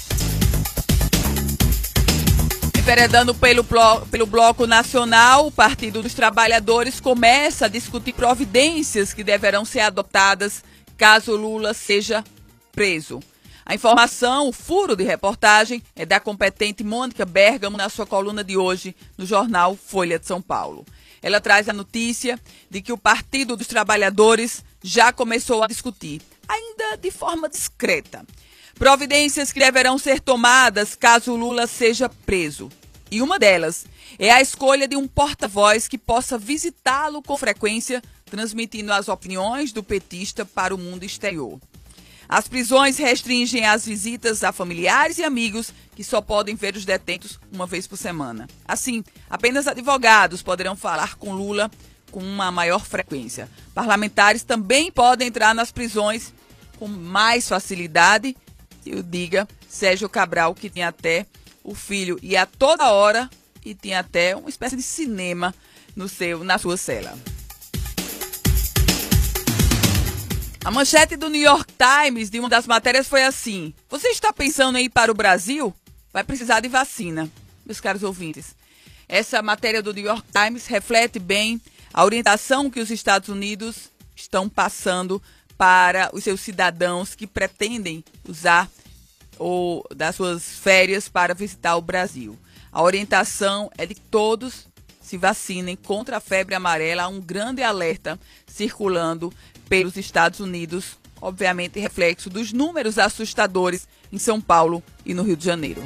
Enveredando pelo Bloco Nacional, o Partido dos Trabalhadores começa a discutir providências que deverão ser adotadas caso Lula seja preso. A informação, o furo de reportagem, é da competente Mônica Bergamo na sua coluna de hoje no jornal Folha de São Paulo. Ela traz a notícia de que o Partido dos Trabalhadores já começou a discutir, ainda de forma discreta, providências que deverão ser tomadas caso Lula seja preso. E uma delas é a escolha de um porta-voz que possa visitá-lo com frequência, transmitindo as opiniões do petista para o mundo exterior. As prisões restringem as visitas a familiares e amigos que só podem ver os detentos uma vez por semana. Assim, apenas advogados poderão falar com Lula com uma maior frequência. Parlamentares também podem entrar nas prisões com mais facilidade. Eu diga Sérgio Cabral, que tem até o filho e a toda hora e tem até uma espécie de cinema na sua cela. A manchete do New York Times de uma das matérias foi assim: você está pensando em ir para o Brasil? Vai precisar de vacina, meus caros ouvintes. Essa matéria do New York Times reflete bem a orientação que os Estados Unidos estão passando para os seus cidadãos que pretendem usar das suas férias para visitar o Brasil. A orientação é de que todos se vacinem contra a febre amarela. Há um grande alerta circulando pelos Estados Unidos, obviamente reflexo dos números assustadores em São Paulo e no Rio de Janeiro.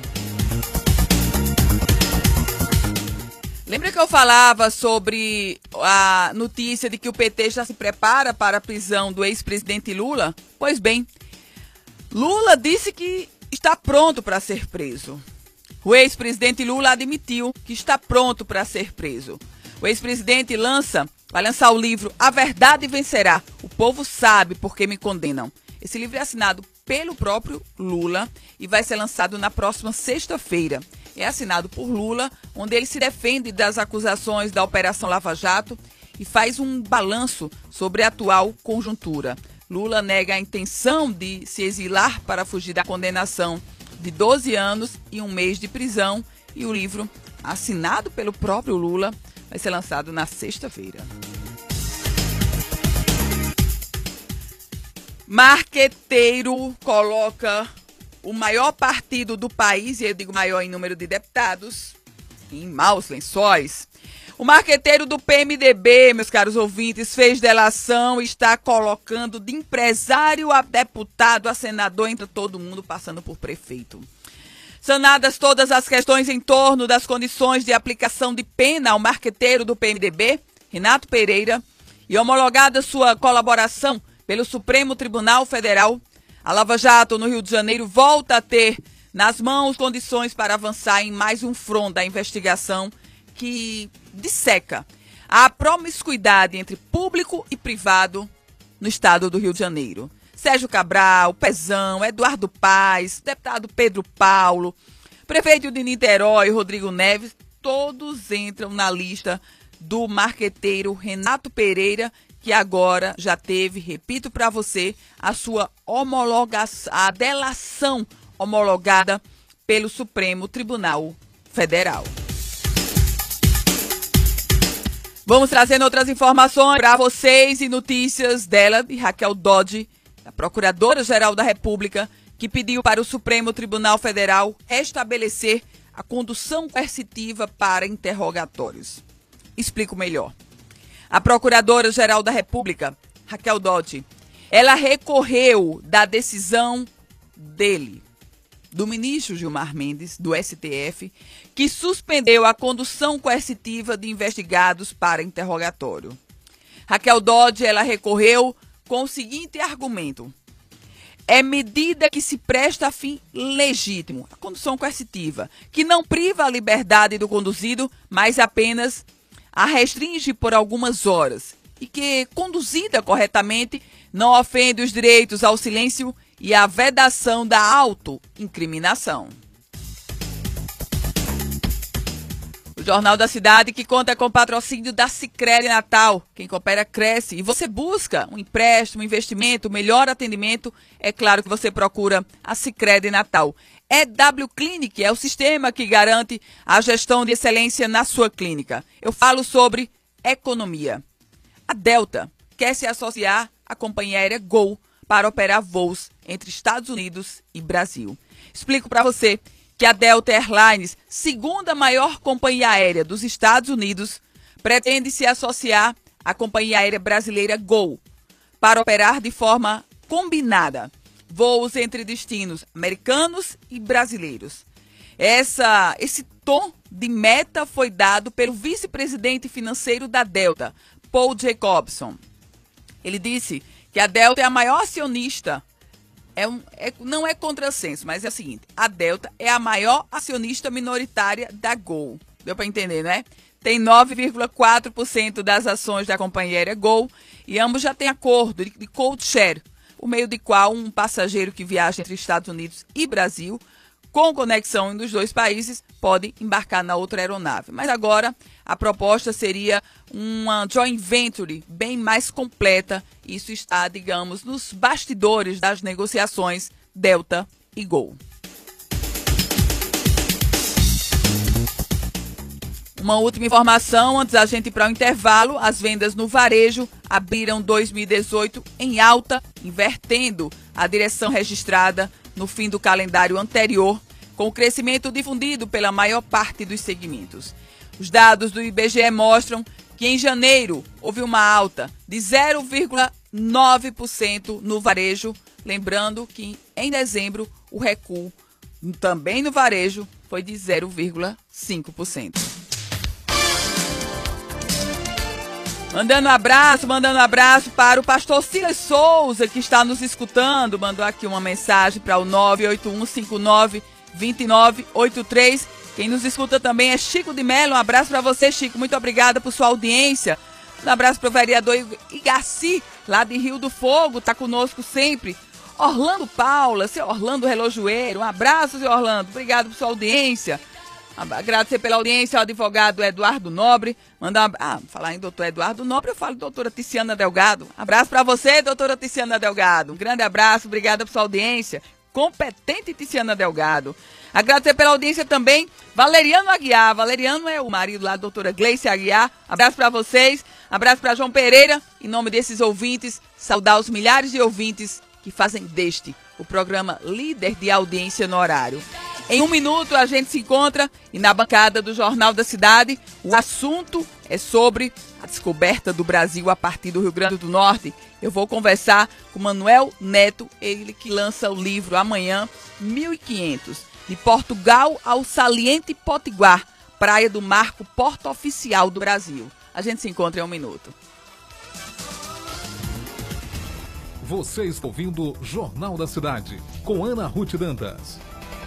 Lembra que eu falava sobre a notícia de que o PT já se prepara para a prisão do ex-presidente Lula? Pois bem, Lula disse que está pronto para ser preso. O ex-presidente Lula admitiu que está pronto para ser preso. O ex-presidente vai lançar o livro A Verdade Vencerá. O povo sabe por que me condenam. Esse livro é assinado pelo próprio Lula e vai ser lançado na próxima sexta-feira. É assinado por Lula, onde ele se defende das acusações da Operação Lava Jato e faz um balanço sobre a atual conjuntura. Lula nega a intenção de se exilar para fugir da condenação de 12 anos e 1 mês de prisão. E o livro, assinado pelo próprio Lula, vai ser lançado na sexta-feira. Marqueteiro coloca o maior partido do país, e eu digo maior em número de deputados, em maus lençóis. O marqueteiro do PMDB, meus caros ouvintes, fez delação e está colocando de empresário a deputado, a senador, entra todo mundo passando por prefeito. Sanadas todas as questões em torno das condições de aplicação de pena ao marqueteiro do PMDB, Renato Pereira, e homologada sua colaboração pelo Supremo Tribunal Federal, a Lava Jato no Rio de Janeiro volta a ter nas mãos condições para avançar em mais um front da investigação que disseca a promiscuidade entre público e privado no estado do Rio de Janeiro. Sérgio Cabral, Pezão, Eduardo Paes, deputado Pedro Paulo, prefeito de Niterói, Rodrigo Neves, todos entram na lista do marqueteiro Renato Pereira, que agora já teve, repito para você, a sua homologação, a delação homologada pelo Supremo Tribunal Federal. Vamos trazendo outras informações para vocês e notícias dela, de Raquel Dodge, a Procuradora-Geral da República, que pediu para o Supremo Tribunal Federal restabelecer a condução coercitiva para interrogatórios. Explico melhor. A Procuradora-Geral da República, Raquel Dodge, ela recorreu da decisão do ministro Gilmar Mendes, do STF, que suspendeu a condução coercitiva de investigados para interrogatório. Raquel Dodge, ela recorreu com o seguinte argumento: é medida que se presta a fim legítimo, a condução coercitiva, que não priva a liberdade do conduzido, mas apenas a restringe por algumas horas e que, conduzida corretamente, não ofende os direitos ao silêncio e à vedação da autoincriminação. O Jornal da Cidade, que conta com patrocínio da Sicredi Natal. Quem coopera cresce. E você busca um empréstimo, um investimento, melhor atendimento, é claro que você procura a Sicredi Natal. EW Clinic é o sistema que garante a gestão de excelência na sua clínica. Eu falo sobre economia. A Delta quer se associar à companhia aérea Gol para operar voos entre Estados Unidos e Brasil. Explico para você que a Delta Airlines, segunda maior companhia aérea dos Estados Unidos, pretende se associar à companhia aérea brasileira Gol para operar de forma combinada voos entre destinos americanos e brasileiros. Esse tom de meta foi dado pelo vice-presidente financeiro da Delta, Paul Jacobson. Ele disse que a Delta é a maior acionista não é contrassenso, mas é o seguinte, a Delta é a maior acionista minoritária da Gol. Deu para entender, né? Tem 9,4% das ações da companhia aérea Gol e ambos já têm acordo de code share, por meio de qual um passageiro que viaja entre Estados Unidos e Brasil, com conexão nos dois países, pode embarcar na outra aeronave. Mas agora a proposta seria uma joint venture bem mais completa. Isso está, digamos, nos bastidores das negociações Delta e Gol. Uma última informação, antes da gente ir para o intervalo, as vendas no varejo abriram 2018 em alta, invertendo a direção registrada no fim do calendário anterior, com o crescimento difundido pela maior parte dos segmentos. Os dados do IBGE mostram que em janeiro houve uma alta de 0,9% no varejo, lembrando que em dezembro o recuo também no varejo foi de 0,5%. Mandando abraço para o pastor Silas Souza, que está nos escutando. Mandou aqui uma mensagem para o 981592983. Quem nos escuta também é Chico de Mello. Um abraço para você, Chico. Muito obrigada por sua audiência. Um abraço para o vereador Igaci, lá de Rio do Fogo. Está conosco sempre. Orlando Paula, seu Orlando Relojoeiro. Um abraço, seu Orlando. Obrigado por sua audiência. Agradecer pela audiência ao advogado Eduardo Nobre. Falar em doutor Eduardo Nobre, eu falo doutora Ticiana Delgado. Abraço para você, doutora Ticiana Delgado. Um grande abraço, obrigada por sua audiência. Competente Ticiana Delgado. Agradecer pela audiência também Valeriano Aguiar. Valeriano é o marido lá da doutora Gleice Aguiar. Abraço para vocês. Abraço para João Pereira. Em nome desses ouvintes, saudar os milhares de ouvintes que fazem deste o programa líder de audiência no horário. Em um minuto a gente se encontra e na bancada do Jornal da Cidade o assunto é sobre a descoberta do Brasil a partir do Rio Grande do Norte. Eu vou conversar com Manuel Neto, ele que lança o livro amanhã, 1500, de Portugal ao saliente Potiguar, praia do marco porto oficial do Brasil. A gente se encontra em um minuto. Você está ouvindo Jornal da Cidade, com Ana Ruth Dantas.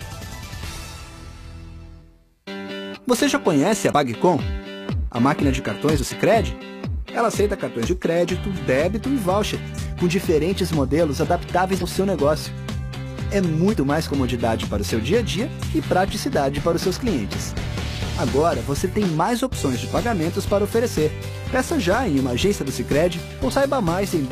Você já conhece a PagCom? A máquina de cartões do Sicredi? Ela aceita cartões de crédito, débito e voucher, com diferentes modelos adaptáveis ao seu negócio. É muito mais comodidade para o seu dia a dia e praticidade para os seus clientes. Agora você tem mais opções de pagamentos para oferecer. Peça já em uma agência do Sicredi ou saiba mais em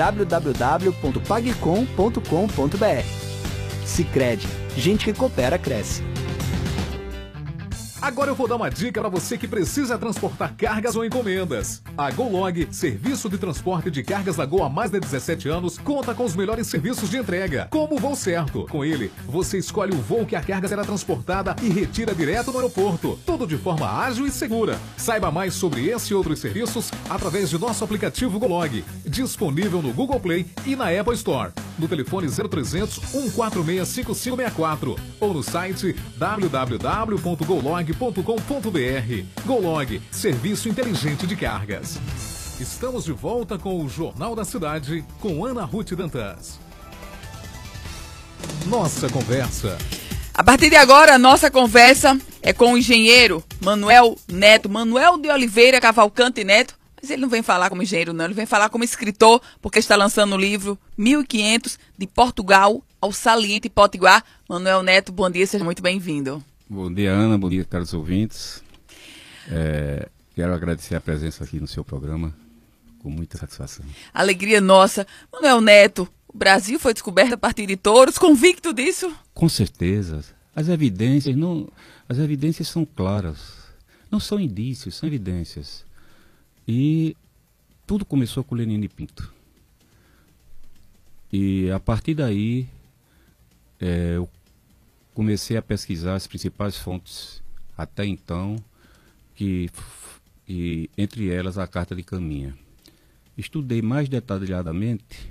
www.pagcom.com.br. Sicredi, gente que coopera cresce. Agora eu vou dar uma dica para você que precisa transportar cargas ou encomendas. A GoLog, serviço de transporte de cargas da Gol há mais de 17 anos, conta com os melhores serviços de entrega, como o Voo Certo. Com ele, você escolhe o voo que a carga será transportada e retira direto no aeroporto, tudo de forma ágil e segura. Saiba mais sobre esse e outros serviços através de nosso aplicativo GoLog, disponível no Google Play e na Apple Store, no telefone 0300 146 5564 ou no site www.golog.com.br. GoLog, serviço inteligente de cargas. Estamos de volta com o Jornal da Cidade, com Ana Ruth Dantas. Nossa conversa. A partir de agora, a nossa conversa é com o engenheiro Manuel Neto, Manuel de Oliveira Cavalcante Neto. Mas ele não vem falar como engenheiro, não. Ele vem falar como escritor, porque está lançando o livro 1500, de Portugal ao saliente Potiguar. Manuel Neto, bom dia, seja muito bem-vindo. Bom dia, Ana. Bom dia, caros ouvintes. Quero agradecer a presença aqui no seu programa, com muita satisfação. Alegria nossa. Manuel Neto, o Brasil foi descoberto a partir de touros, convicto disso? Com certeza. As evidências são claras. Não são indícios, são evidências. E tudo começou com Lenine Pinto. E a partir daí, eu comecei a pesquisar as principais fontes até então, e entre elas a Carta de Caminha. Estudei mais detalhadamente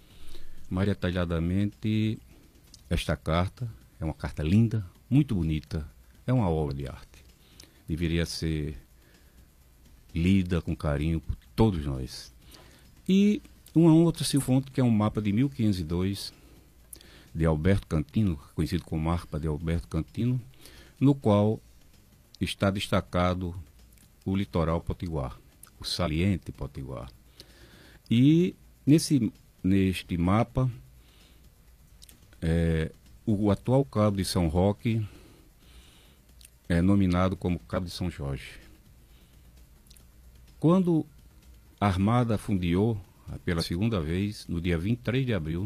esta carta. É uma carta linda, muito bonita, é uma obra de arte. Deveria ser lida com carinho por todos nós. E uma outra fonte, que é um mapa de 1502, de Alberto Cantino, conhecido como Harpa de Alberto Cantino, no qual está destacado o litoral potiguar, o saliente potiguar. E neste mapa, o atual Cabo de São Roque é nominado como Cabo de São Jorge. Quando a Armada fundiou pela segunda vez, no dia 23 de abril,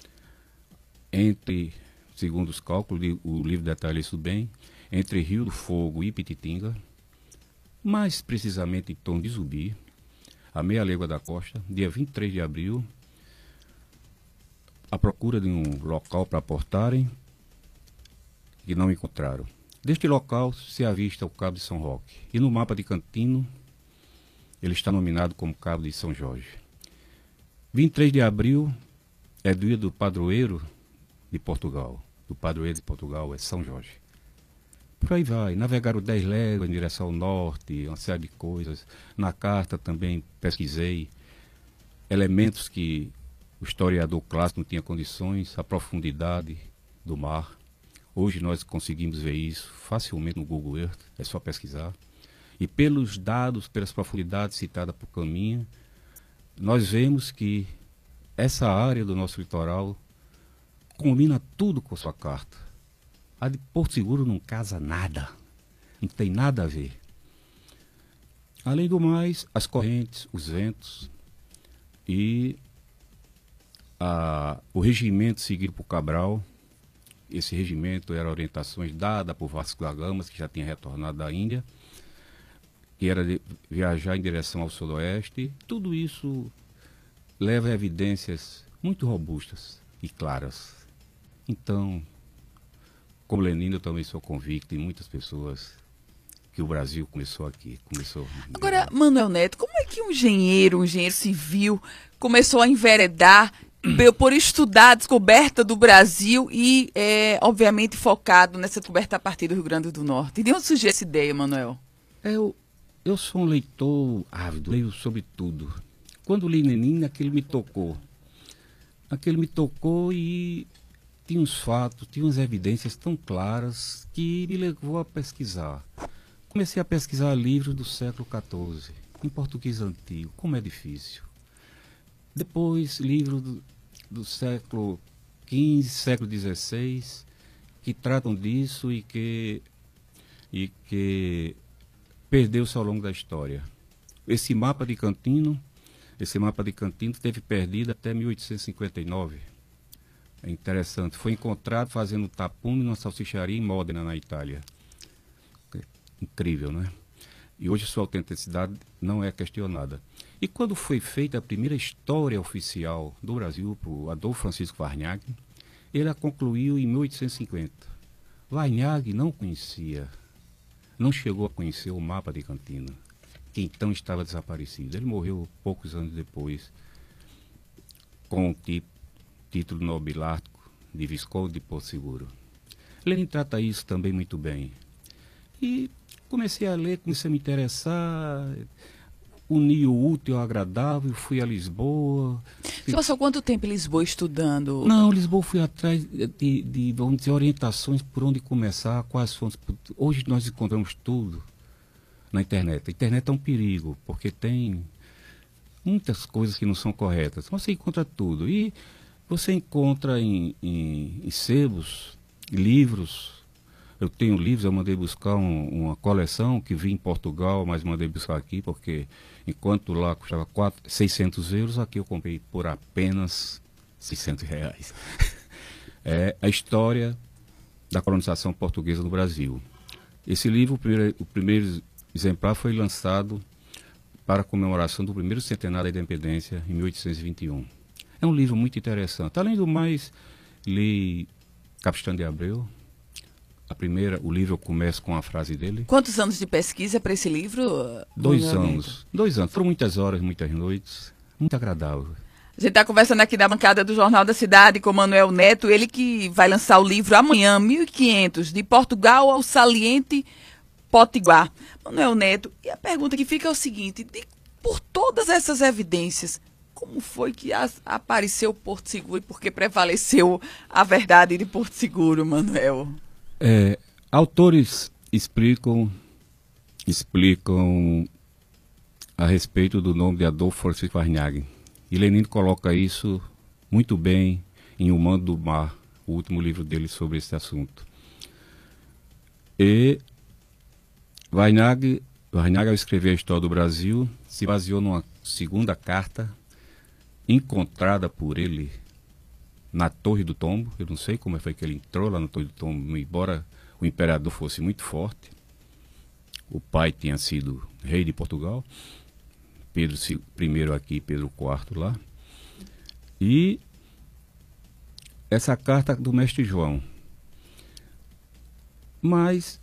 segundo os cálculos, o livro detalha isso bem, entre Rio do Fogo e Pititinga, mais precisamente em torno de Zumbi, a meia légua da costa, dia 23 de abril, à procura de um local para aportarem, e não encontraram. Deste local se avista o Cabo de São Roque, e no mapa de Cantino, ele está nominado como Cabo de São Jorge. 23 de abril é dia do padroeiro de Portugal. Do padroeiro de Portugal é São Jorge. Por aí vai, navegaram 10 léguas em direção ao norte, uma série de coisas. Na carta também pesquisei elementos que o historiador clássico não tinha condições, a profundidade do mar. Hoje nós conseguimos ver isso facilmente no Google Earth, é só pesquisar. E pelos dados, pelas profundidades citadas por Caminha, nós vemos que essa área do nosso litoral combina tudo com sua carta. A de Porto Seguro não casa nada, não tem nada a ver. Além do mais, as correntes, os ventos e o regimento seguido por Cabral. Esse regimento era orientações dadas por Vasco da Gama, que já tinha retornado da Índia, que era de viajar em direção ao sudoeste. Tudo isso leva a evidências muito robustas e claras. Então, como Lenino, eu também sou convicto, e muitas pessoas, que o Brasil começou aqui. Agora, Manuel Neto, como é que um engenheiro civil, começou a enveredar por estudar a descoberta do Brasil e, obviamente, focado nessa descoberta a partir do Rio Grande do Norte? De onde surgiu essa ideia, Manuel? Eu sou um leitor ávido, leio sobre tudo. Quando li Lenino, aquele me tocou. E tinha uns fatos, tinha umas evidências tão claras que me levou a pesquisar. Comecei a pesquisar livros do século XIV, em português antigo, como é difícil. Depois, livros do século XV, século XVI, que tratam disso e que perdeu-se ao longo da história. Esse mapa de Cantino teve perdido até 1859. É interessante. Foi encontrado fazendo tapume numa salsicharia em Modena, na Itália. Incrível, né? E hoje sua autenticidade não é questionada. E quando foi feita a primeira história oficial do Brasil por Adolfo Francisco Vargnaghi, ele a concluiu em 1850. Vargnaghi não chegou a conhecer o mapa de Cantino, que então estava desaparecido. Ele morreu poucos anos depois, com o título nobiliárquico de Visconde de Porto Seguro. Lenin trata isso também muito bem. E comecei a ler, comecei a me interessar, uni o útil ao agradável, fui a Lisboa. Você passou quanto tempo em Lisboa estudando? Não, Lisboa fui atrás de vamos dizer, orientações por onde começar, quais fontes. Hoje nós encontramos tudo na internet. A internet é um perigo, porque tem muitas coisas que não são corretas. Você encontra tudo. E você encontra em sebos, livros. Eu tenho livros, eu mandei buscar uma coleção que vi em Portugal, mas mandei buscar aqui, porque enquanto lá custava 600 euros, aqui eu comprei por apenas R$600. É a história da colonização portuguesa no Brasil. Esse livro, o primeiro exemplar, foi lançado para a comemoração do primeiro centenário da independência, em 1821. É um livro muito interessante. Além do mais, li Capistão de Abreu. O livro começa com a frase dele. Quantos anos de pesquisa para esse livro? 2 anos. 2 anos. Foram muitas horas, muitas noites. Muito agradável. A gente está conversando aqui na bancada do Jornal da Cidade com o Manuel Neto, ele que vai lançar o livro amanhã, 1500, de Portugal ao Saliente Potiguar. Manuel Neto, e a pergunta que fica é o seguinte, por todas essas evidências, como foi que apareceu Porto Seguro e por que prevaleceu a verdade de Porto Seguro, Manuel? Autores explicam a respeito do nome de Adolfo Francisco Varnhagen. E Lenin coloca isso muito bem em O Mando do Mar, o último livro dele sobre esse assunto. E Varnhagen, ao escrever a história do Brasil, se baseou numa segunda carta encontrada por ele na Torre do Tombo. Eu não sei como foi que ele entrou lá na Torre do Tombo, embora o imperador fosse muito forte. O pai tinha sido rei de Portugal, Pedro I aqui, Pedro IV lá. E essa carta do mestre João. Mas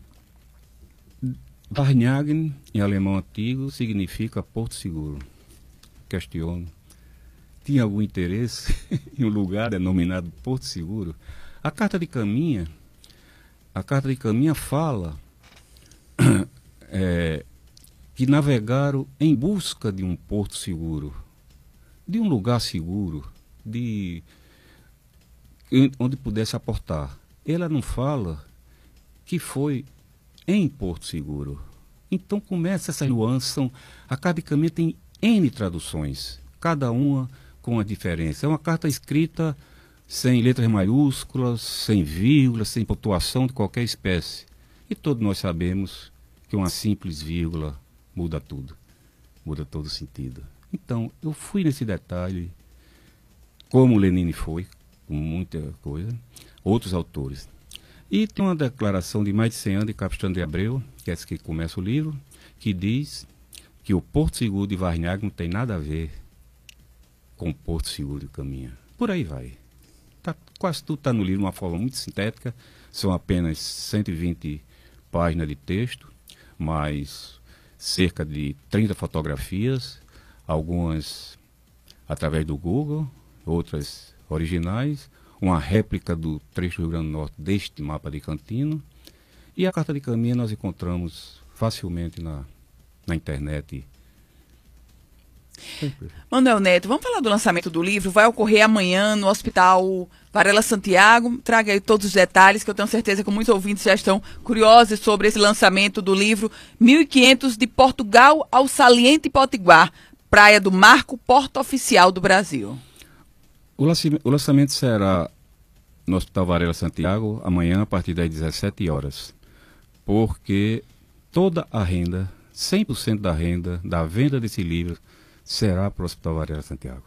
Varnhagen, em alemão antigo, significa Porto Seguro. Questiono. Tinha algum interesse em um lugar denominado Porto Seguro? A carta de Caminha fala que navegaram em busca de um porto seguro, de um lugar seguro, onde pudesse aportar. Ela não fala que foi em Porto Seguro. Então começa essa nuance. A carta de Caminha tem N traduções, cada uma com a diferença. É uma carta escrita sem letras maiúsculas, sem vírgulas, sem pontuação de qualquer espécie. E todos nós sabemos que uma simples vírgula muda tudo, muda todo o sentido. Então, eu fui nesse detalhe, como Lenin foi, com muita coisa, outros autores. E tem uma declaração de mais de 100 anos de Capistrano de Abreu, que é esse que começa o livro, que diz que o Porto Seguro de Varnhagen não tem nada a ver com o Porto Seguro de Caminha. Por aí vai. Quase tudo está no livro de uma forma muito sintética, são apenas 120 páginas de texto, mais cerca de 30 fotografias, algumas através do Google, outras originais, uma réplica do trecho do Rio Grande do Norte deste mapa de Cantino, e a carta de Caminha nós encontramos facilmente na internet. Manuel Neto, vamos falar do lançamento do livro? Vai ocorrer amanhã no Hospital Varela Santiago. Traga aí todos os detalhes, que eu tenho certeza que muitos ouvintes já estão curiosos sobre esse lançamento do livro 1500 de Portugal ao Saliente Potiguar, Praia do Marco, Porto Oficial do Brasil. O lançamento será no Hospital Varela Santiago amanhã a partir das 17 horas, porque toda a renda, 100% da renda da venda desse livro será para o Hospital Varela Santiago.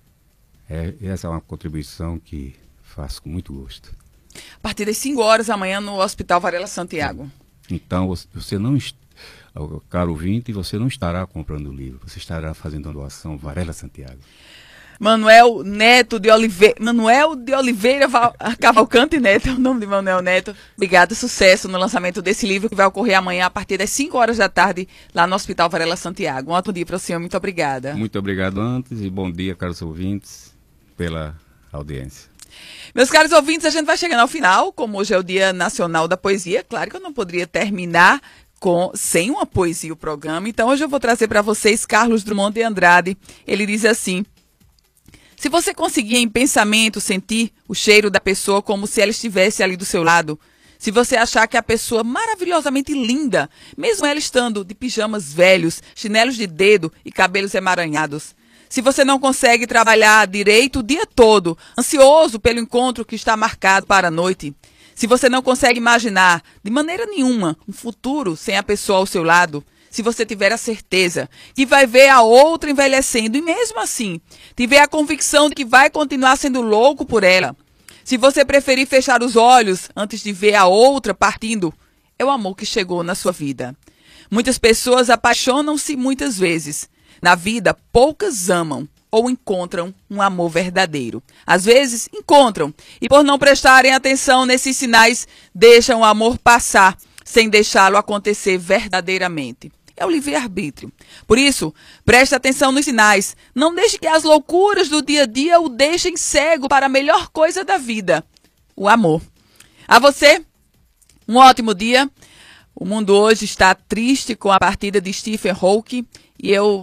Essa é uma contribuição que faço com muito gosto. A partir das 5 horas amanhã no Hospital Varela Santiago. Então, você não, caro ouvinte, você não estará comprando o livro, você estará fazendo a doação Varela Santiago. Manuel de Oliveira Cavalcante Neto, é o nome de Manuel Neto. Obrigada, sucesso no lançamento desse livro que vai ocorrer amanhã a partir das 5 horas da tarde lá no Hospital Varela Santiago. Um ótimo dia para o senhor, muito obrigada. Muito obrigado antes e bom dia, caros ouvintes, pela audiência. Meus caros ouvintes, a gente vai chegando ao final, como hoje é o Dia Nacional da Poesia. Claro que eu não poderia terminar sem uma poesia o programa, então hoje eu vou trazer para vocês Carlos Drummond de Andrade. Ele diz assim: se você conseguir em pensamento sentir o cheiro da pessoa como se ela estivesse ali do seu lado, se você achar que a pessoa maravilhosamente linda, mesmo ela estando de pijamas velhos, chinelos de dedo e cabelos emaranhados, se você não consegue trabalhar direito o dia todo, ansioso pelo encontro que está marcado para a noite, se você não consegue imaginar de maneira nenhuma um futuro sem a pessoa ao seu lado, se você tiver a certeza que vai ver a outra envelhecendo e mesmo assim tiver a convicção de que vai continuar sendo louco por ela, se você preferir fechar os olhos antes de ver a outra partindo, é o amor que chegou na sua vida. Muitas pessoas apaixonam-se muitas vezes. Na vida, poucas amam ou encontram um amor verdadeiro. Às vezes, encontram e por não prestarem atenção nesses sinais, deixam o amor passar sem deixá-lo acontecer verdadeiramente. É o livre-arbítrio. Por isso, preste atenção nos sinais. Não deixe que as loucuras do dia a dia o deixem cego para a melhor coisa da vida, o amor. A você, um ótimo dia. O mundo hoje está triste com a partida de Stephen Hawking e eu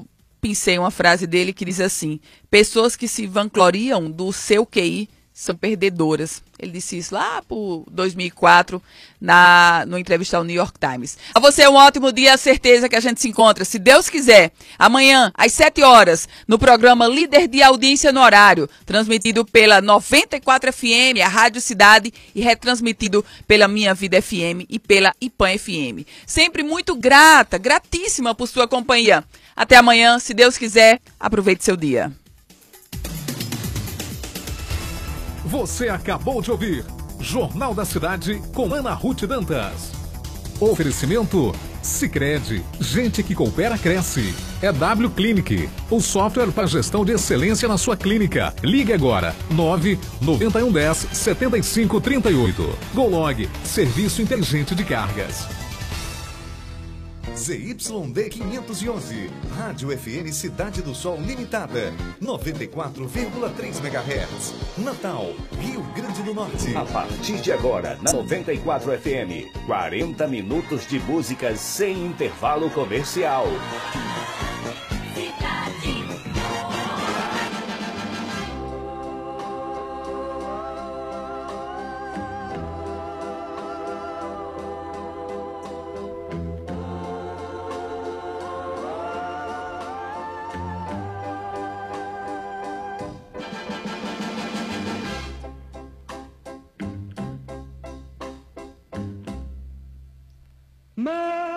pincei uma frase dele que diz assim: pessoas que se vangloriam do seu QI são perdedoras. Ele disse isso lá por 2004, no entrevista ao New York Times. A você um ótimo dia, a certeza que a gente se encontra, se Deus quiser, amanhã, às 7 horas, no programa Líder de Audiência no Horário, transmitido pela 94 FM, a Rádio Cidade, e retransmitido pela Minha Vida FM e pela IPAM FM. Sempre muito gratíssima por sua companhia. Até amanhã, se Deus quiser, aproveite seu dia. Você acabou de ouvir Jornal da Cidade com Ana Ruth Dantas. Oferecimento Sicredi, gente que coopera cresce. EW Clinic, o software para gestão de excelência na sua clínica. Ligue agora, 99110 7538. Golog, serviço inteligente de cargas. ZYD 511, Rádio FN Cidade do Sol Limitada, 94,3 MHz. Natal, Rio Grande do Norte. A partir de agora, na 94 FM, 40 minutos de músicas sem intervalo comercial. My